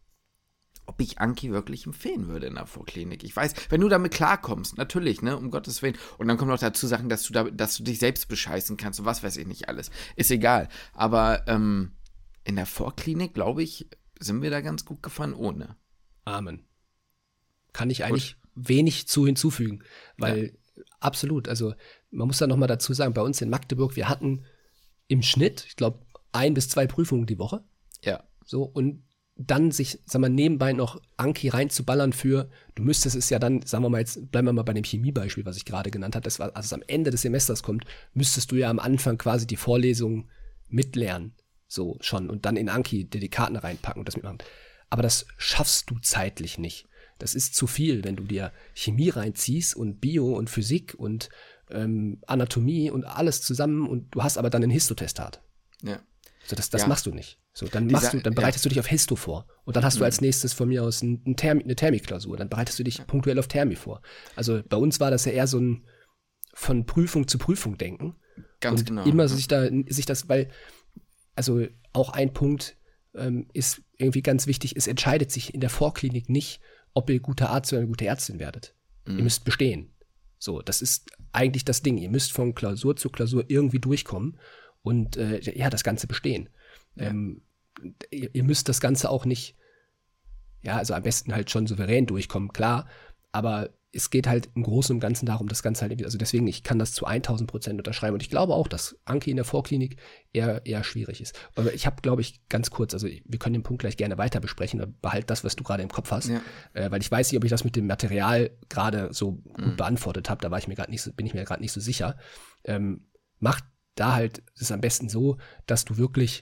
ob ich Anki wirklich empfehlen würde in der Vorklinik. Ich weiß, wenn du damit klarkommst, natürlich, ne, um Gottes Willen. Und dann kommen noch dazu Sachen, dass du dich selbst bescheißen kannst und was weiß ich nicht alles. Ist egal. Aber in der Vorklinik, glaube ich, sind wir da ganz gut gefahren ohne. Amen. Kann ich eigentlich wenig hinzufügen, weil absolut, also man muss da nochmal dazu sagen, bei uns in Magdeburg, wir hatten im Schnitt, ich glaube, 1 bis 2 Prüfungen die Woche. Ja. So, und dann sich, sagen wir, nebenbei noch Anki reinzuballern du müsstest es ja dann, sagen wir mal jetzt, bleiben wir mal bei dem Chemiebeispiel, was ich gerade genannt habe, das war, als es am Ende des Semesters kommt, müsstest du ja am Anfang quasi die Vorlesung mitlernen, so schon, und dann in Anki dir die Karten reinpacken und das mitmachen. Aber das schaffst du zeitlich nicht. Das ist zu viel, wenn du dir Chemie reinziehst und Bio und Physik und Anatomie und alles zusammen und du hast aber dann einen Histotestat. Ja. So, das machst du nicht. So, dann bereitest du dich auf Histo vor. Und dann hast du als nächstes von mir aus eine Thermi-Klausur. Dann bereitest du dich punktuell auf Thermi vor. Also bei uns war das ja eher so ein von Prüfung zu Prüfung denken. Ganz und genau. Immer sich das, weil, also auch ein Punkt ist irgendwie ganz wichtig, es entscheidet sich in der Vorklinik nicht, ob ihr guter Arzt oder eine gute Ärztin werdet. Ihr müsst bestehen. So, das ist eigentlich das Ding. Ihr müsst von Klausur zu Klausur irgendwie durchkommen. Und das Ganze bestehen. Ja. Ihr müsst das Ganze auch nicht, also am besten halt schon souverän durchkommen, klar, aber es geht halt im Großen und Ganzen darum, das Ganze halt, also deswegen, ich kann das zu 1000% unterschreiben und ich glaube auch, dass Anki in der Vorklinik eher schwierig ist. Aber ich habe, glaube ich, ganz kurz, also wir können den Punkt gleich gerne weiter besprechen, aber behalt das, was du gerade im Kopf hast, weil ich weiß nicht, ob ich das mit dem Material gerade so gut beantwortet habe, bin ich mir gerade nicht so sicher. Macht da halt ist es am besten so, dass du wirklich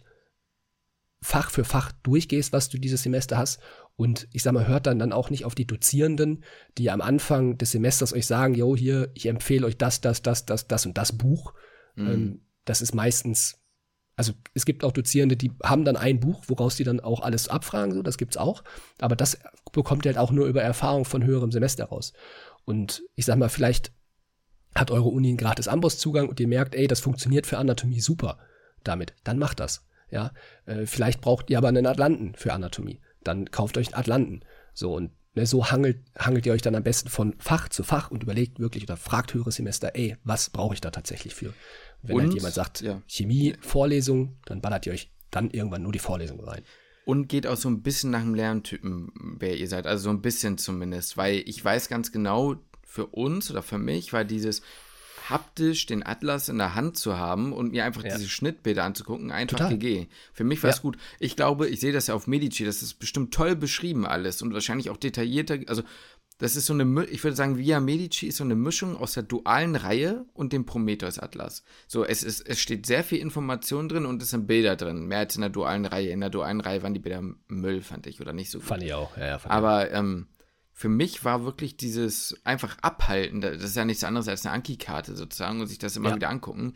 Fach für Fach durchgehst, was du dieses Semester hast. Und ich sag mal, hört dann auch nicht auf die Dozierenden, die am Anfang des Semesters euch sagen, hier, ich empfehle euch das und das Buch. Das ist meistens also es gibt auch Dozierende, die haben dann ein Buch, woraus die dann auch alles abfragen, so, das gibt's auch. Aber das bekommt ihr halt auch nur über Erfahrung von höherem Semester raus. Und ich sag mal, vielleicht hat eure Uni einen gratis Amboss-Zugang und ihr merkt, ey, das funktioniert für Anatomie super damit, dann macht das. Ja, vielleicht braucht ihr aber einen Atlanten für Anatomie, dann kauft euch einen Atlanten. So, und so hangelt ihr euch dann am besten von Fach zu Fach und überlegt wirklich oder fragt höheres Semester, ey, was brauche ich da tatsächlich für? Wenn halt jemand sagt, Chemie, Vorlesung, dann ballert ihr euch dann irgendwann nur die Vorlesung rein. Und geht auch so ein bisschen nach dem Lerntypen, wer ihr seid, also so ein bisschen zumindest, weil ich weiß ganz genau, für uns oder für mich war dieses haptisch den Atlas in der Hand zu haben und mir einfach diese Schnittbilder anzugucken, einfach GG. Für mich war es gut. Ich glaube, ich sehe das ja auf Medici, das ist bestimmt toll beschrieben alles und wahrscheinlich auch detaillierter, also das ist so eine, ich würde sagen, Via Medici ist so eine Mischung aus der dualen Reihe und dem Prometheus-Atlas. So, es steht sehr viel Information drin und es sind Bilder drin, mehr als in der dualen Reihe. In der dualen Reihe waren die Bilder Müll, fand ich, oder nicht so gut. Fand ich auch, Aber für mich war wirklich dieses einfach abhalten, das ist ja nichts anderes als eine Anki-Karte sozusagen und sich das immer wieder angucken,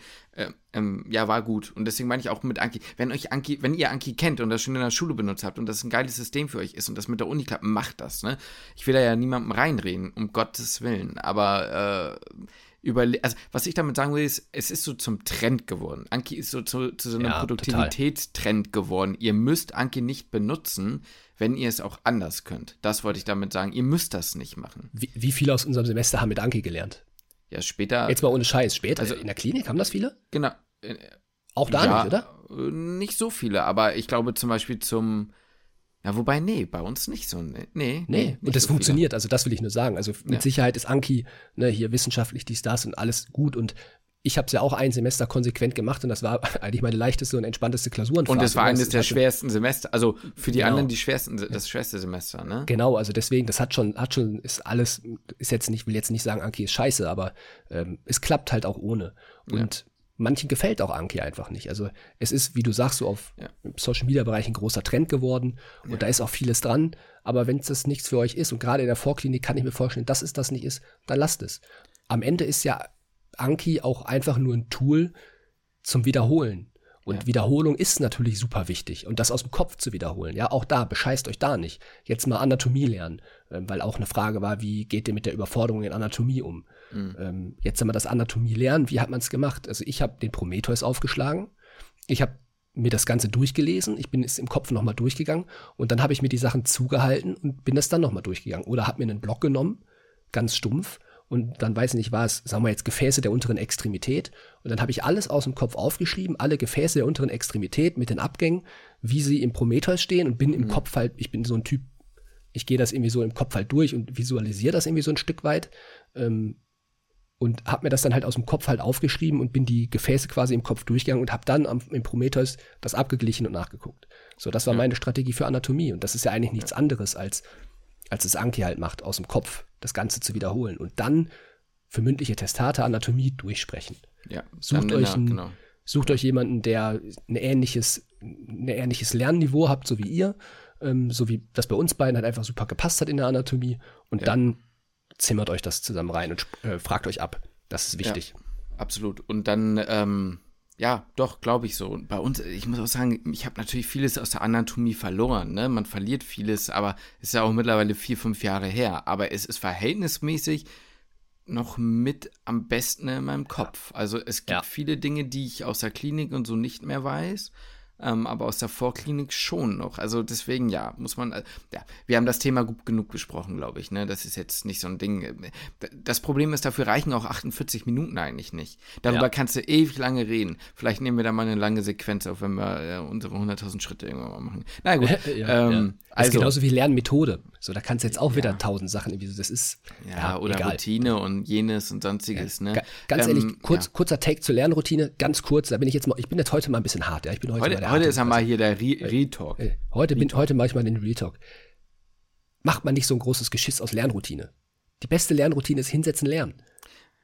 war gut. Und deswegen meine ich auch mit Anki, wenn ihr Anki kennt und das schon in der Schule benutzt habt und das ein geiles System für euch ist und das mit der Uni klappt, macht das, ne? Ich will da ja niemandem reinreden, um Gottes Willen, aber also was ich damit sagen will, ist, es ist so zum Trend geworden. Anki ist so zu so einem Produktivitätstrend geworden. Ihr müsst Anki nicht benutzen, wenn ihr es auch anders könnt. Das wollte ich damit sagen. Ihr müsst das nicht machen. Wie viele aus unserem Semester haben mit Anki gelernt? Ja, später. Jetzt mal ohne Scheiß. Später, also in der Klinik haben das viele? Genau. Auch da nicht, oder? Nicht so viele, aber ich glaube zum Beispiel wobei, bei uns nicht so. Nee. Und das so funktioniert, also das will ich nur sagen. Also mit Sicherheit ist Anki, hier wissenschaftlich dies, das und alles gut und ich habe es ja auch ein Semester konsequent gemacht und das war eigentlich meine leichteste und entspannteste Klausurenphase. Und es war eines der schwersten Semester, also für die anderen das schwerste Semester, ne? Genau, also deswegen, das ist jetzt nicht, will jetzt nicht sagen, Anki ist scheiße, aber es klappt halt auch ohne. Und manchen gefällt auch Anki einfach nicht. Also es ist, wie du sagst, so im Social-Media-Bereich ein großer Trend geworden und da ist auch vieles dran, aber wenn das nichts für euch ist und gerade in der Vorklinik kann ich mir vorstellen, dass es das nicht ist, dann lasst es. Am Ende ist ja Anki auch einfach nur ein Tool zum Wiederholen. Und Wiederholung ist natürlich super wichtig. Und das aus dem Kopf zu wiederholen. Ja, auch da, bescheißt euch da nicht. Jetzt mal Anatomie lernen. Weil auch eine Frage war, wie geht ihr mit der Überforderung in Anatomie um? Jetzt einmal das Anatomie lernen, wie hat man es gemacht? Also ich habe den Prometheus aufgeschlagen. Ich habe mir das Ganze durchgelesen. Ich bin es im Kopf nochmal durchgegangen. Und dann habe ich mir die Sachen zugehalten und bin das dann nochmal durchgegangen. Oder habe mir einen Block genommen, ganz stumpf. Und dann weiß ich nicht, war es, sagen wir jetzt, Gefäße der unteren Extremität. Und dann habe ich alles aus dem Kopf aufgeschrieben, alle Gefäße der unteren Extremität mit den Abgängen, wie sie im Prometheus stehen und bin im Kopf halt, ich bin so ein Typ, ich gehe das irgendwie so im Kopf halt durch und visualisiere das irgendwie so ein Stück weit. Und habe mir das dann halt aus dem Kopf halt aufgeschrieben und bin die Gefäße quasi im Kopf durchgegangen und habe dann im Prometheus das abgeglichen und nachgeguckt. So, das war meine Strategie für Anatomie. Und das ist ja eigentlich nichts anderes als es Anki halt macht, aus dem Kopf das Ganze zu wiederholen. Und dann für mündliche Testate Anatomie durchsprechen. Ja, sucht euch jemanden, der ein ähnliches Lernniveau habt, so wie ihr, so wie das bei uns beiden halt einfach super gepasst hat in der Anatomie. Und dann zimmert euch das zusammen rein und fragt euch ab. Das ist wichtig. Ja, absolut. Und dann doch, glaube ich so. Und bei uns, ich muss auch sagen, ich habe natürlich vieles aus der Anatomie verloren. Ne? Man verliert vieles, aber es ist ja auch mittlerweile 4-5 Jahre her. Aber es ist verhältnismäßig noch mit am besten in meinem Kopf. Also es gibt viele Dinge, die ich aus der Klinik und so nicht mehr weiß, aber aus der Vorklinik schon noch. Also deswegen, muss man, wir haben das Thema gut genug besprochen, glaube ich, ne? Das ist jetzt nicht so ein Ding. Das Problem ist, dafür reichen auch 48 Minuten eigentlich nicht. Darüber kannst du ewig lange reden. Vielleicht nehmen wir da mal eine lange Sequenz auf, wenn wir unsere 100.000 Schritte irgendwann mal machen. Na gut. Das ist genauso wie Lernmethode. So, da kannst du jetzt auch wieder 1000 Sachen irgendwie so, das ist oder egal. Routine und jenes und sonstiges, ne? Ganz ehrlich, kurzer Take zur Lernroutine, ganz kurz, ich bin jetzt heute mal ein bisschen hart, Ich bin heute ist ja mal hier der Retalk. Heute mache ich mal den Retalk. Macht man nicht so ein großes Geschiss aus Lernroutine. Die beste Lernroutine ist hinsetzen, lernen.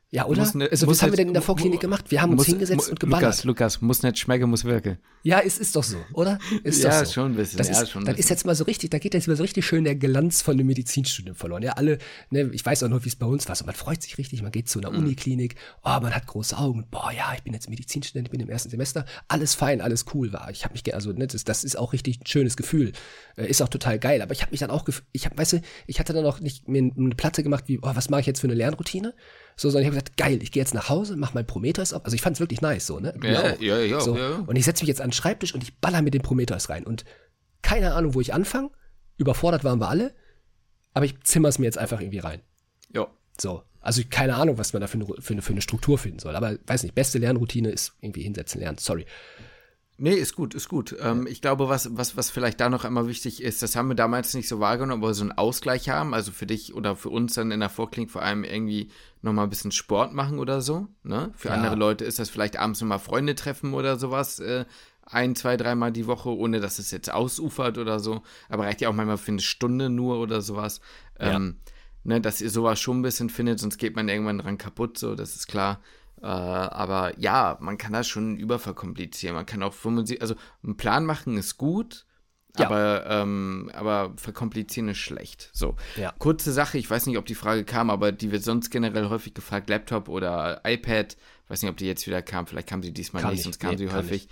Ja, oder? Also, was haben wir denn in der Vorklinik gemacht? Wir haben uns hingesetzt und geballert. Lukas, muss nicht schmecken, muss wirken. Ja, es ist doch so, oder? Ist ja, doch so. schon ein bisschen. Das ist jetzt mal so richtig, da geht jetzt mal so richtig schön der Glanz von dem Medizinstudium verloren. Ja, alle, ne, ich weiß auch noch, wie es bei uns war. So, man freut sich richtig, man geht zu einer Uniklinik, man hat große Augen. Boah, ja, ich bin jetzt Medizinstudent, ich bin im ersten Semester. Alles fein, alles cool war. Ich habe mich, also, ne, das ist auch richtig ein schönes Gefühl. Ist auch total geil. Aber ich habe mich dann auch, ich hatte dann auch nicht mir eine Platte gemacht, wie, was mache ich jetzt für eine Lernroutine? So, sondern ich habe gesagt, geil, ich gehe jetzt nach Hause, mach mein Prometheus ab. Also ich fand es wirklich nice, so, ne? Ja. So. Und ich setze mich jetzt an den Schreibtisch und ich baller mit dem Prometheus rein. Und keine Ahnung, wo ich anfange. Überfordert waren wir alle. Aber ich zimmer es mir jetzt einfach irgendwie rein. Ja. So. Also keine Ahnung, was man da für eine Struktur finden soll. Aber weiß nicht, beste Lernroutine ist irgendwie hinsetzen, lernen. Sorry. Nee, ist gut. Ich glaube, was vielleicht da noch einmal wichtig ist, das haben wir damals nicht so wahrgenommen, aber so einen Ausgleich haben, also für dich oder für uns dann in der Vorklinik vor allem irgendwie nochmal ein bisschen Sport machen oder so, ne? Für andere Leute ist das vielleicht abends nochmal Freunde treffen oder sowas, 1, 2, 3 Mal die Woche, ohne dass es jetzt ausufert oder so, aber reicht ja auch manchmal für eine Stunde nur oder sowas, ne, dass ihr sowas schon ein bisschen findet, sonst geht man irgendwann dran kaputt, so, das ist klar. Aber ja, man kann das schon überverkomplizieren. Man kann auch also einen Plan machen ist gut, aber verkomplizieren ist schlecht. So, kurze Sache, ich weiß nicht, ob die Frage kam, aber die wird sonst generell häufig gefragt, Laptop oder iPad. Ich weiß nicht, ob die jetzt wieder kam, vielleicht kam sie diesmal nicht, sonst kam sie häufig.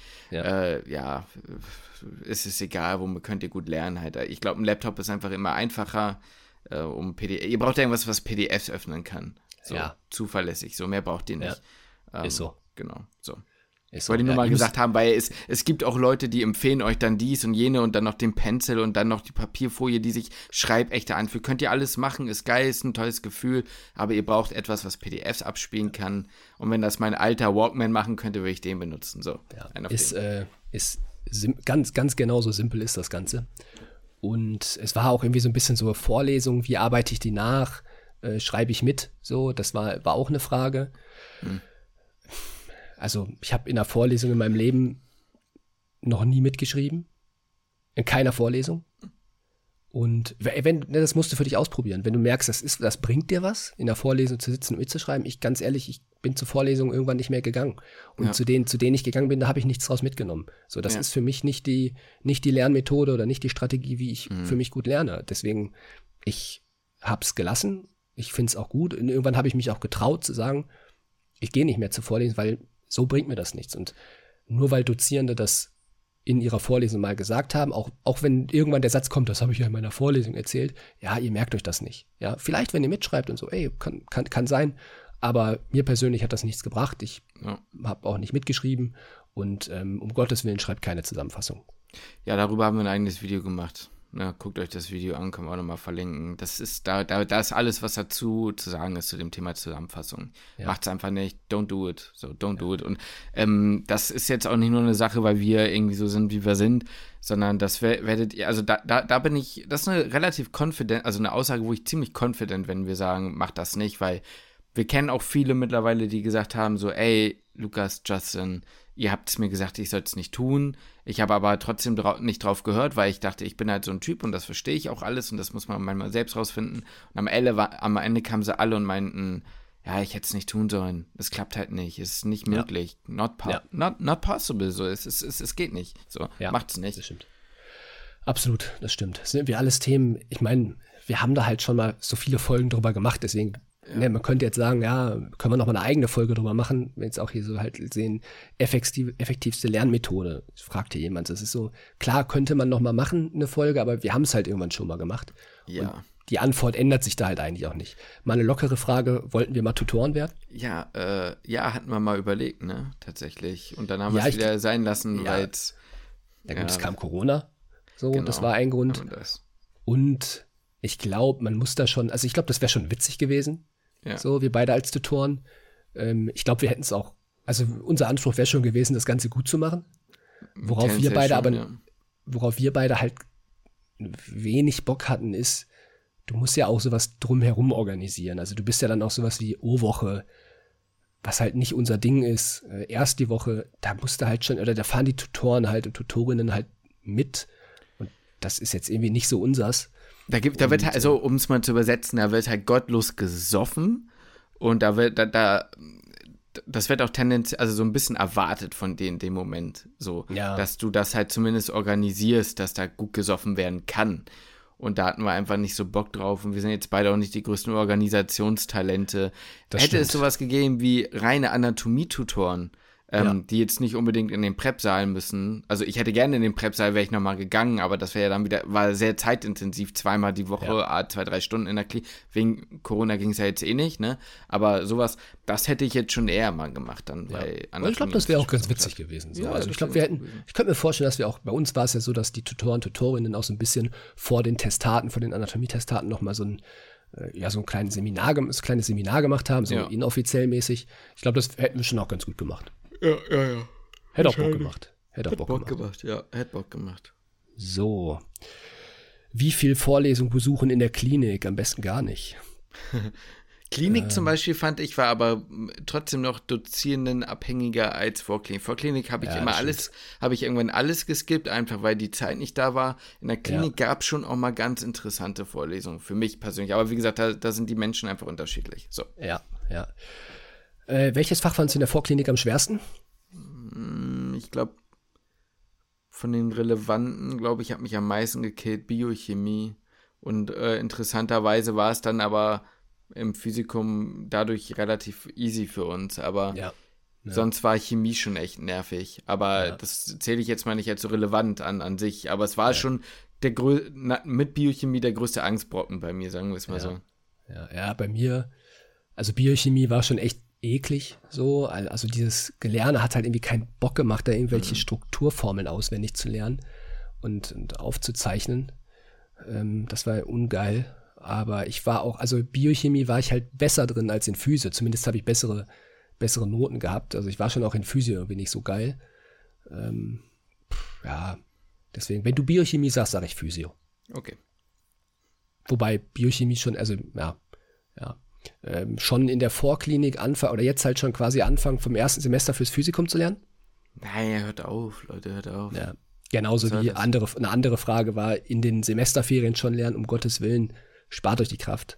Es ist egal, womit könnt ihr gut lernen halt. Ich glaube, ein Laptop ist einfach immer einfacher, ihr braucht irgendwas, was PDFs öffnen kann. So, zuverlässig, so mehr braucht ihr nicht. Ist so. Genau, so. Ich wollte nur mal gesagt haben, weil es gibt auch Leute, die empfehlen euch dann dies und jene und dann noch den Pencil und dann noch die Papierfolie, die sich schreibechter anfühlt. Könnt ihr alles machen, ist geil, ist ein tolles Gefühl, aber ihr braucht etwas, was PDFs abspielen kann. Und wenn das mein alter Walkman machen könnte, würde ich den benutzen. So, ist ganz, ganz genauso simpel ist das Ganze. Und es war auch irgendwie so ein bisschen so Vorlesung, wie arbeite ich die nach? Schreibe ich mit, so, das war auch eine Frage. Also ich habe in einer Vorlesung in meinem Leben noch nie mitgeschrieben, in keiner Vorlesung. Und das musst du für dich ausprobieren. Wenn du merkst, das bringt dir was, in der Vorlesung zu sitzen und mitzuschreiben, ganz ehrlich, ich bin zur Vorlesung irgendwann nicht mehr gegangen. Und zu denen ich gegangen bin, da habe ich nichts draus mitgenommen. So, das ist für mich nicht die Lernmethode oder nicht die Strategie, wie ich für mich gut lerne. Deswegen, ich habe es gelassen. Ich finde es auch gut. Und irgendwann habe ich mich auch getraut zu sagen, ich gehe nicht mehr zur Vorlesung, weil so bringt mir das nichts. Und nur weil Dozierende das in ihrer Vorlesung mal gesagt haben, auch wenn irgendwann der Satz kommt, das habe ich ja in meiner Vorlesung erzählt, ja, ihr merkt euch das nicht. Ja, vielleicht, wenn ihr mitschreibt und so, kann sein, aber mir persönlich hat das nichts gebracht. Ich habe auch nicht mitgeschrieben und um Gottes Willen schreibt keine Zusammenfassung. Ja, darüber haben wir ein eigenes Video gemacht. Ja, guckt euch das Video an, können wir auch nochmal verlinken. Das ist, da ist alles, was dazu zu sagen ist zu dem Thema Zusammenfassung. Macht's einfach nicht, don't do it. So, don't do it. Und das ist jetzt auch nicht nur eine Sache, weil wir irgendwie so sind, wie wir sind, sondern das werdet ihr, also da bin ich, das ist eine relativ also eine Aussage, wo ich ziemlich confident, wenn wir sagen, macht das nicht, weil wir kennen auch viele mittlerweile, die gesagt haben, so, ey, Lukas, Justin, ihr habt es mir gesagt, ich soll es nicht tun. Ich habe aber trotzdem nicht drauf gehört, weil ich dachte, ich bin halt so ein Typ und das verstehe ich auch alles und das muss man manchmal selbst rausfinden. Und am Ende kamen sie alle und meinten, ja, ich hätte es nicht tun sollen. Es klappt halt nicht. Es ist nicht möglich. Not possible. So, es geht nicht. So, macht's nicht. Das stimmt. Absolut, das stimmt. Das sind wir alles Themen, ich meine, wir haben da halt schon mal so viele Folgen drüber gemacht, deswegen man könnte jetzt sagen, ja, können wir noch mal eine eigene Folge drüber machen, wenn jetzt auch hier so halt sehen, effektivste Lernmethode, fragt hier jemand. Das ist so, klar könnte man noch mal machen, eine Folge, aber wir haben es halt irgendwann schon mal gemacht. Ja. Und die Antwort ändert sich da halt eigentlich auch nicht. Mal eine lockere Frage, wollten wir mal Tutoren werden? Ja, hatten wir mal überlegt, ne, tatsächlich. Und dann haben wir es wieder sein lassen, weil es... Ja gut, es kam Corona, so, genau, das war ein Grund. Und ich glaube, man muss da schon, also ich glaube, das wäre schon witzig gewesen, so, wir beide als Tutoren. Ich glaube, wir hätten es auch, also unser Anspruch wäre schon gewesen, das Ganze gut zu machen. Worauf wir beide halt wenig Bock hatten, ist, du musst ja auch sowas drumherum organisieren. Also du bist ja dann auch sowas wie O-Woche, was halt nicht unser Ding ist. Erst die Woche, da musst du halt schon, oder da fahren die Tutoren halt und Tutorinnen halt mit. Und das ist jetzt irgendwie nicht so unsers. Da wird halt, also um es mal zu übersetzen, da wird halt gottlos gesoffen Und das wird auch tendenziell, also so ein bisschen erwartet von denen in dem Moment, so, dass du das halt zumindest organisierst, dass da gut gesoffen werden kann. Und da hatten wir einfach nicht so Bock drauf und wir sind jetzt beide auch nicht die größten Organisationstalente. Hätte es sowas gegeben wie reine Anatomietutoren, die jetzt nicht unbedingt in den Prep-Saal müssen. Also ich hätte gerne in den Prep-Saal, wäre ich nochmal gegangen, aber das wäre ja dann wieder, war sehr zeitintensiv, zweimal die Woche, 2-3 Stunden in der Klinik. Wegen Corona ging es ja jetzt eh nicht, ne? Aber sowas, das hätte ich jetzt schon eher mal gemacht dann bei Anatomie. Ich glaube, das wäre auch ganz witzig gewesen. So. Ja, also ich glaube, ich könnte mir vorstellen, dass wir auch, bei uns war es ja so, dass die Tutoren, Tutorinnen auch so ein bisschen vor den Testaten, vor den Anatomie-Testaten nochmal so ein kleines Seminar gemacht haben, so inoffiziell mäßig. Ich glaube, das hätten wir schon auch ganz gut gemacht. Ja. Hätte auch Bock gemacht. Hätte Bock gemacht. So. Wie viel Vorlesung besuchen in der Klinik? Am besten gar nicht. Klinik zum Beispiel fand ich, war aber trotzdem noch dozierendenabhängiger als Vorklinik. Vorklinik habe ich irgendwann alles geskippt, einfach weil die Zeit nicht da war. In der Klinik gab es schon auch mal ganz interessante Vorlesungen, für mich persönlich. Aber wie gesagt, da sind die Menschen einfach unterschiedlich. So. Ja. Welches Fach fandst du in der Vorklinik am schwersten? Ich glaube, von den relevanten, hat mich am meisten gekillt Biochemie. Und interessanterweise war es dann aber im Physikum dadurch relativ easy für uns. Aber sonst war Chemie schon echt nervig. Aber das zähle ich jetzt mal nicht als so relevant an sich. Aber es war schon mit Biochemie der größte Angstbrocken bei mir, sagen wir es mal so. Ja, bei mir, also Biochemie war schon echt eklig, so, also dieses Gelerne hat halt irgendwie keinen Bock gemacht, da irgendwelche Strukturformeln auswendig zu lernen und aufzuzeichnen. Das war ungeil, aber ich war auch, also Biochemie war ich halt besser drin als in Physio, zumindest habe ich bessere Noten gehabt, also ich war schon auch in Physio irgendwie nicht so geil. Deswegen, wenn du Biochemie sagst, sage ich Physio. Okay. Wobei Biochemie schon, also schon in der Vorklinik anfangen oder jetzt halt schon quasi anfangen, vom ersten Semester fürs Physikum zu lernen? Nein, hört auf, Leute, hört auf. Ja, genauso wie eine andere Frage war, in den Semesterferien schon lernen, um Gottes Willen, spart euch die Kraft.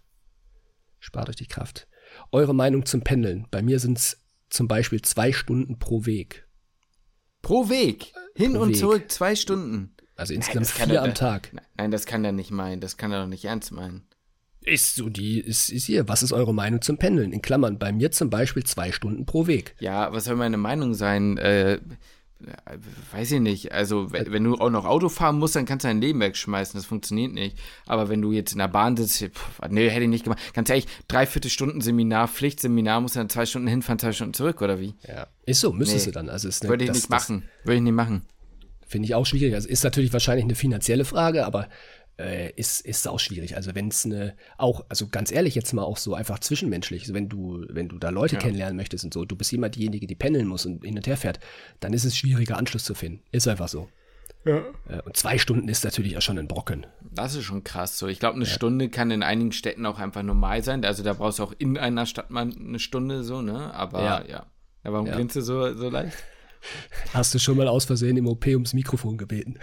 Eure Meinung zum Pendeln? Bei mir sind es zum Beispiel 2 Stunden pro Weg. Pro Weg? Und zurück 2 Stunden? Also insgesamt 4 am Tag. Nein, das kann er nicht meinen, das kann er doch nicht ernst meinen. Ist hier. Was ist eure Meinung zum Pendeln? In Klammern, bei mir zum Beispiel 2 Stunden pro Weg. Ja, was soll meine Meinung sein? Weiß ich nicht. Also, wenn du auch noch Auto fahren musst, dann kannst du dein Leben wegschmeißen. Das funktioniert nicht. Aber wenn du jetzt in der Bahn sitzt, hätte ich nicht gemacht. Ganz ehrlich, 3/4 Stunden Seminar, Pflichtseminar, musst du dann 2 Stunden hinfahren, 2 Stunden zurück, oder wie? Ja. Ist so, müsstest du dann. Also Würde ich nicht machen. Finde ich auch schwierig. Also ist natürlich wahrscheinlich eine finanzielle Frage, aber ist auch schwierig. Also wenn es also ganz ehrlich jetzt mal auch so einfach zwischenmenschlich, also wenn du da Leute kennenlernen möchtest und so, du bist immer diejenige, die pendeln muss und hin und her fährt, dann ist es schwieriger, Anschluss zu finden. Ist einfach so. Ja. Und 2 Stunden ist natürlich auch schon ein Brocken. Das ist schon krass. So, ich glaube, eine Stunde kann in einigen Städten auch einfach normal sein. Also da brauchst du auch in einer Stadt mal eine Stunde so, ne? Aber warum grinst du so leicht? Hast du schon mal aus Versehen im OP ums Mikrofon gebeten?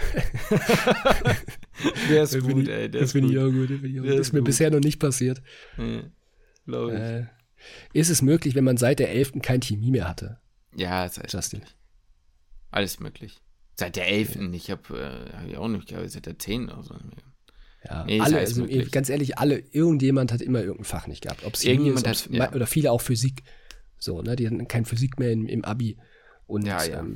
Der ist gut, ey. Das finde ich auch gut. Das ist mir bisher noch nicht passiert. Glaube ich. Ist es möglich, wenn man seit der 11. kein Chemie mehr hatte? Ja, Justin. Alles möglich. Seit der 11. Ich habe ich auch nicht, glaube ich, seit der 10. oder so. Ja, nee, alle, also ganz ehrlich, irgendjemand hat immer irgendein Fach nicht gehabt. Ob es Chemie ist, oder viele auch Physik. So, ne? Die hatten kein Physik mehr im Abi. Und,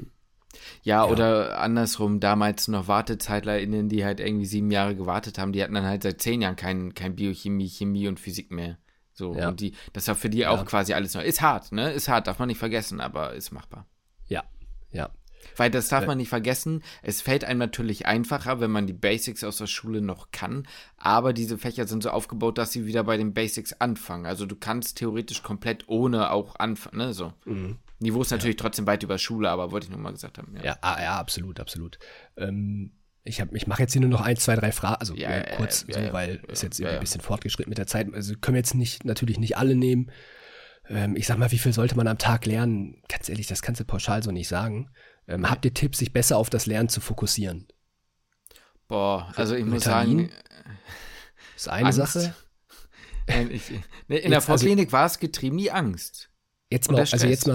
oder andersrum, damals noch WartezeitlerInnen, die halt irgendwie 7 Jahre gewartet haben, die hatten dann halt seit 10 Jahren kein Biochemie, Chemie und Physik mehr. So, und das war für die auch quasi alles noch. Ist hart, ne? Ist hart, darf man nicht vergessen, aber ist machbar. Ja. Weil das darf man nicht vergessen, es fällt einem natürlich einfacher, wenn man die Basics aus der Schule noch kann, aber diese Fächer sind so aufgebaut, dass sie wieder bei den Basics anfangen. Also du kannst theoretisch komplett ohne auch anfangen, ne? So. Mhm. Niveau ist natürlich trotzdem weit über Schule, aber wollte ich nur mal gesagt haben. Ja, absolut. Ich mache jetzt hier nur noch 1, 2, 3 Fragen, also kurz, weil es jetzt ein bisschen fortgeschritten mit der Zeit. Also können wir jetzt natürlich nicht alle nehmen. Ich sag mal, wie viel sollte man am Tag lernen? Ganz ehrlich, das kannst du pauschal so nicht sagen. Habt ihr Tipps, sich besser auf das Lernen zu fokussieren? Boah, also ich muss sagen, ist eine Sache. Nein, in der Vorklinik war es getrieben die Angst. Jetzt mal,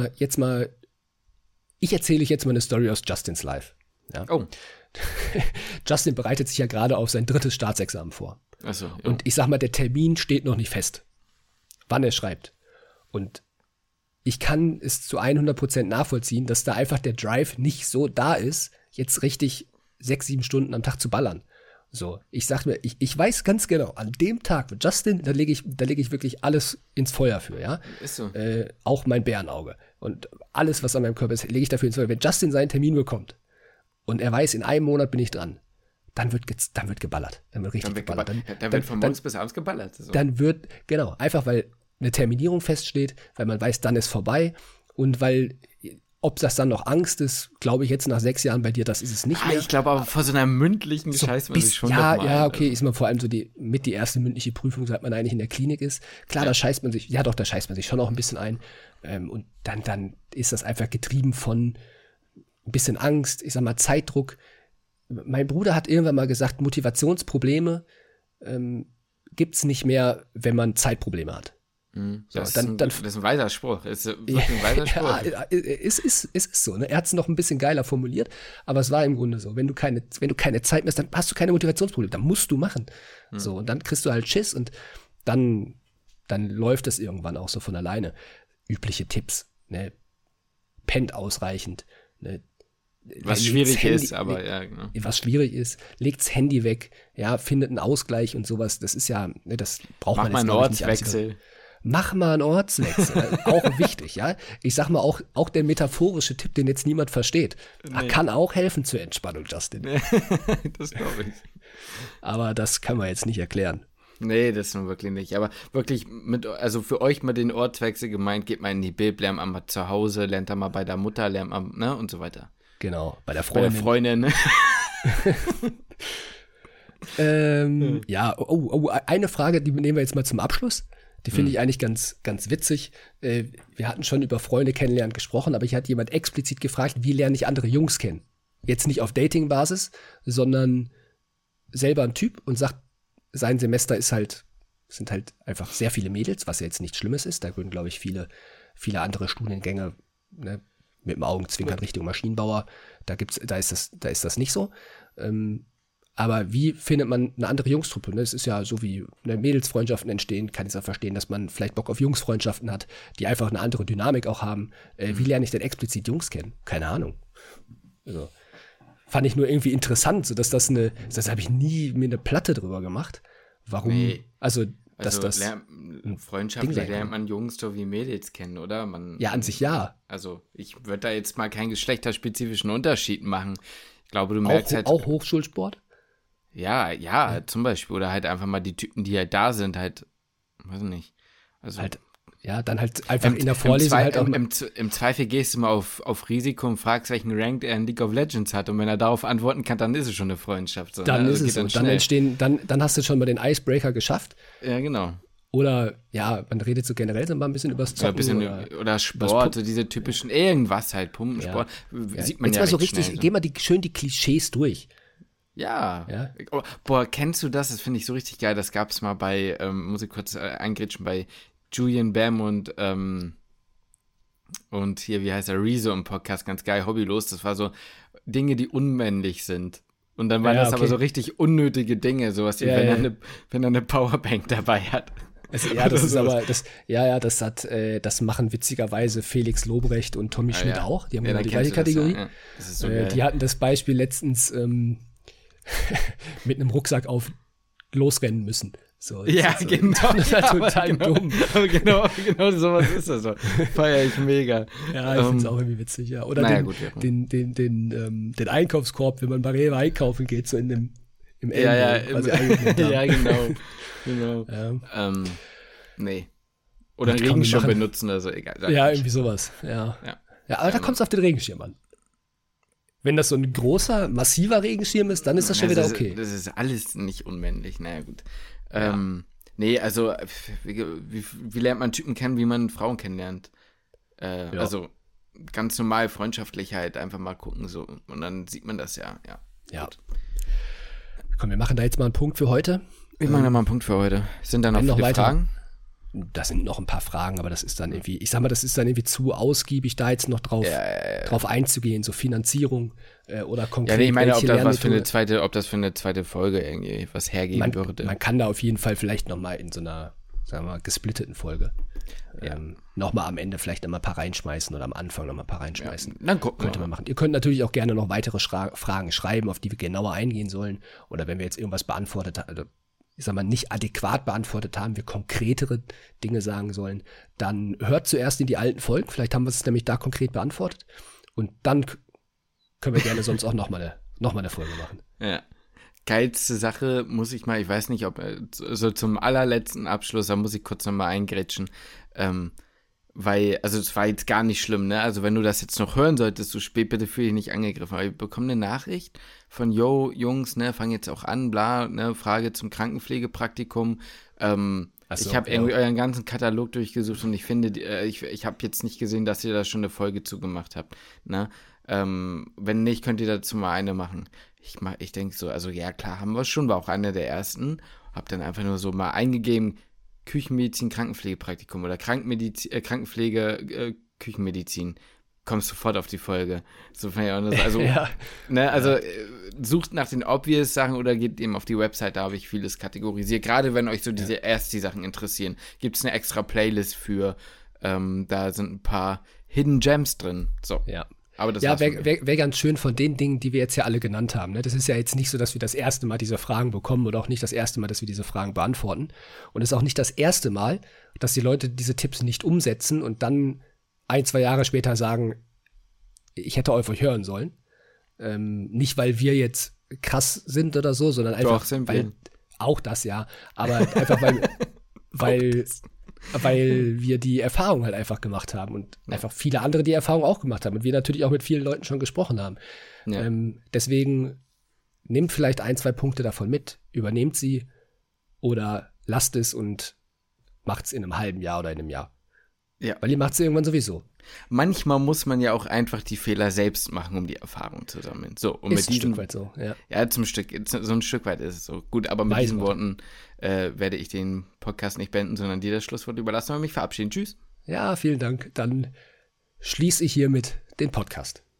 ich erzähle euch jetzt mal eine Story aus Justins Life. Ja? Oh. Justin bereitet sich ja gerade auf sein 3. Staatsexamen vor. Ach so, ja. Und ich sag mal, der Termin steht noch nicht fest, wann er schreibt. Und ich kann es zu 100% nachvollziehen, dass da einfach der Drive nicht so da ist, jetzt richtig 6-7 Stunden am Tag zu ballern. So, ich sag mir, ich weiß ganz genau, an dem Tag mit Justin, da lege ich wirklich alles ins Feuer für, ja. Ist so. Auch mein Bärenauge. Und alles, was an meinem Körper ist, lege ich dafür ins Feuer. Wenn Justin seinen Termin bekommt und er weiß, in einem Monat bin ich dran, dann wird geballert. Dann wird richtig geballert. Dann wird von morgens bis abends geballert. So. Dann wird, genau, einfach weil eine Terminierung feststeht, weil man weiß, dann ist vorbei und weil, ob das dann noch Angst ist, glaube ich jetzt nach 6 Jahren bei dir, das ist es nicht mehr. Ich glaube aber vor so einer mündlichen scheißt man sich schon Ja, okay, ist man vor allem so die erste mündliche Prüfung, seit man eigentlich in der Klinik ist. Klar, da scheißt man sich schon auch ein bisschen ein. Und dann ist das einfach getrieben von ein bisschen Angst, ich sag mal Zeitdruck. Mein Bruder hat irgendwann mal gesagt, Motivationsprobleme gibt's nicht mehr, wenn man Zeitprobleme hat. Das ist ein weiser Spruch. Ist wirklich ein weiser Spruch. Ja, es ist so. Ne? Er hat es noch ein bisschen geiler formuliert, aber es war im Grunde so. Wenn du keine Zeit mehr hast, dann hast du keine Motivationsprobleme. Dann musst du machen. So, und dann kriegst du halt Schiss und dann läuft es irgendwann auch so von alleine. Übliche Tipps. Ne? Pennt ausreichend. Ne? Was schwierig ist, aber ja, genau. Was schwierig ist, legt's Handy weg, ja, findet einen Ausgleich und sowas. Das ist ja, ne, das braucht man jetzt, glaube ich, nicht. Ortswechsel. Mach mal einen Ortswechsel. Auch wichtig, ja. Ich sag mal, auch der metaphorische Tipp, den jetzt niemand versteht, kann auch helfen zur Entspannung, Justin. Das glaube ich. Aber das kann man jetzt nicht erklären. Nee, das nun wirklich nicht. Aber wirklich, also für euch mal den Ortswechsel gemeint, geht mal in die Bib, lernt mal zu Hause, lernt mal bei der Mutter, lernt mal, ne, und so weiter. Genau, bei der Freundin. Ja, eine Frage, die nehmen wir jetzt mal zum Abschluss. Die finde ich eigentlich ganz, ganz witzig. Wir hatten schon über Freunde kennenlernen gesprochen, aber hier hat jemand explizit gefragt, wie lerne ich andere Jungs kennen? Jetzt nicht auf Dating-Basis, sondern selber ein Typ und sagt, sein Semester sind halt einfach sehr viele Mädels, was ja jetzt nichts Schlimmes ist. Da würden, glaube ich, viele andere Studiengänge, ne, mit dem Augenzwinkern Richtung Maschinenbauer, da ist das nicht so. Aber wie findet man eine andere Jungstruppe? Ne? Es ist ja so, wie Mädelsfreundschaften entstehen, kann ich auch verstehen, dass man vielleicht Bock auf Jungsfreundschaften hat, die einfach eine andere Dynamik auch haben. Wie lerne ich denn explizit Jungs kennen? Keine Ahnung. Also, fand ich nur irgendwie interessant, so dass das habe ich nie mir eine Platte drüber gemacht. Warum? Nee. Also das Freundschaft lernt man Jungs so wie Mädels kennen, oder? Ja, an sich ja. Also ich würde da jetzt mal keinen geschlechterspezifischen Unterschied machen. Ich glaube, du merkst auch Hochschulsport? Ja, zum Beispiel. Oder halt einfach mal die Typen, die halt da sind, halt, weiß ich nicht. Also halt, ja, dann halt einfach in der Vorlesung halt auch. Im Zweifel gehst du mal auf Risiko und fragst, welchen Rank er in League of Legends hat. Und wenn er darauf antworten kann, dann ist es schon eine Freundschaft. So, dann ne? ist es so. Dann hast du schon mal den Icebreaker geschafft. Ja, genau. Oder, ja, man redet so generell so mal ein bisschen übers Zocken. Oder Sport, so diese typischen, irgendwas halt, Pumpensport. Ja. Sieht man jetzt ja mal so richtig, geh mal schön die Klischees durch. Ja. Boah, kennst du das? Das finde ich so richtig geil. Das gab es mal bei, muss ich kurz eingrätschen, bei Julian Bam und hier, wie heißt er, Rezo im Podcast, ganz geil, hobbylos. Das war so Dinge, die unmännlich sind. Und dann waren das aber so richtig unnötige Dinge, sowas wie, wenn er eine Powerbank dabei hat. Das machen witzigerweise Felix Lobrecht und Tommy Schmidt auch. Die haben genau die gleiche Kategorie. Das ist so geil. Die hatten das Beispiel letztens mit einem Rucksack auf losrennen müssen. So, ja, genau. Das ist ja total dumm. Aber genau sowas ist das so. Feier ich mega. Ja, ich finde es auch irgendwie witzig, ja. Oder den Einkaufskorb, wenn man bei Rewe einkaufen geht, so im Ellenbogen. Ja, genau. Ja. Nee. Oder einen Regenschirm benutzen, also egal. Ja, irgendwie sowas, ja. Aber da kommt es auf den Regenschirm an. Wenn das so ein großer, massiver Regenschirm ist, dann ist das schon wieder okay. Das ist alles nicht unmännlich, naja, gut. Nee, also, wie lernt man Typen kennen, wie man Frauen kennenlernt? Also, ganz normal, freundschaftlich halt, einfach mal gucken, so. Und dann sieht man das ja. Gut. Komm, wir machen da jetzt mal einen Punkt für heute. Wir machen da mal einen Punkt für heute. Sind da noch viele Fragen? da sind noch ein paar Fragen, aber das ist dann irgendwie, ich sag mal, das ist dann irgendwie zu ausgiebig, da jetzt noch drauf einzugehen, so Finanzierung oder konkret. Ja, ich meine, ob das Lernmethode. für eine zweite Folge irgendwie was hergeben würde. Man kann da auf jeden Fall vielleicht nochmal in so einer, sagen wir mal, gesplitteten Folge nochmal am Ende vielleicht nochmal ein paar reinschmeißen oder am Anfang nochmal ein paar reinschmeißen. Dann gucken könnte man machen. Ihr könnt natürlich auch gerne noch weitere Fragen schreiben, auf die wir genauer eingehen sollen. Oder wenn wir jetzt irgendwas beantwortet haben, also ich sag mal, nicht adäquat beantwortet haben, wir konkretere Dinge sagen sollen, dann hört zuerst in die alten Folgen. Vielleicht haben wir es nämlich da konkret beantwortet. Und dann können wir gerne sonst auch nochmal eine Folge machen. Ja. Geilste Sache ich weiß nicht, ob so zum allerletzten Abschluss, da muss ich kurz nochmal eingrätschen, weil, also es war jetzt gar nicht schlimm, ne? Also wenn du das jetzt noch hören solltest, so spät, bitte fühl dich nicht angegriffen. Aber wir bekommen eine Nachricht von, yo, Jungs, ne, fang jetzt auch an, bla, ne, Frage zum Krankenpflegepraktikum. Ich habe irgendwie euren ganzen Katalog durchgesucht und ich finde, ich habe jetzt nicht gesehen, dass ihr da schon eine Folge zugemacht habt, ne? Wenn nicht, könnt ihr dazu mal eine machen. Ich denke so, also ja, klar, haben wir schon, war auch einer der ersten. Hab dann einfach nur so mal eingegeben, Küchenmedizin, Krankenpflegepraktikum oder Krankenpflege, Küchenmedizin. Kommst sofort auf die Folge. So fand ich auch das, also, ne, also sucht nach den obvious Sachen oder geht eben auf die Website, da habe ich vieles kategorisiert. Gerade wenn euch so diese die Sachen interessieren, gibt es eine extra Playlist für, da sind ein paar Hidden Gems drin. So. Ja. Aber das wäre ganz schön von den Dingen, die wir jetzt ja alle genannt haben. Ne? Das ist ja jetzt nicht so, dass wir das erste Mal diese Fragen bekommen oder auch nicht das erste Mal, dass wir diese Fragen beantworten. Und es ist auch nicht das erste Mal, dass die Leute diese Tipps nicht umsetzen und dann 1-2 Jahre später sagen, ich hätte auf euch hören sollen. Nicht, weil wir jetzt krass sind oder so, sondern einfach, weil auch das, ja, aber einfach, weil wir die Erfahrung halt einfach gemacht haben und einfach viele andere die Erfahrung auch gemacht haben und wir natürlich auch mit vielen Leuten schon gesprochen haben. Ja. Deswegen nehmt vielleicht 1-2 Punkte davon mit, übernehmt sie oder lasst es und macht es in einem halben Jahr oder in einem Jahr. Ja. Weil ihr macht es irgendwann sowieso. Manchmal muss man ja auch einfach die Fehler selbst machen, um die Erfahrung zu sammeln. So, und ist ein Stück weit so, ja. Ja, so ein Stück weit ist es so. Gut, aber mit diesen Worten werde ich den Podcast nicht beenden, sondern dir das Schlusswort überlassen und mich verabschieden. Tschüss. Ja, vielen Dank. Dann schließe ich hiermit den Podcast.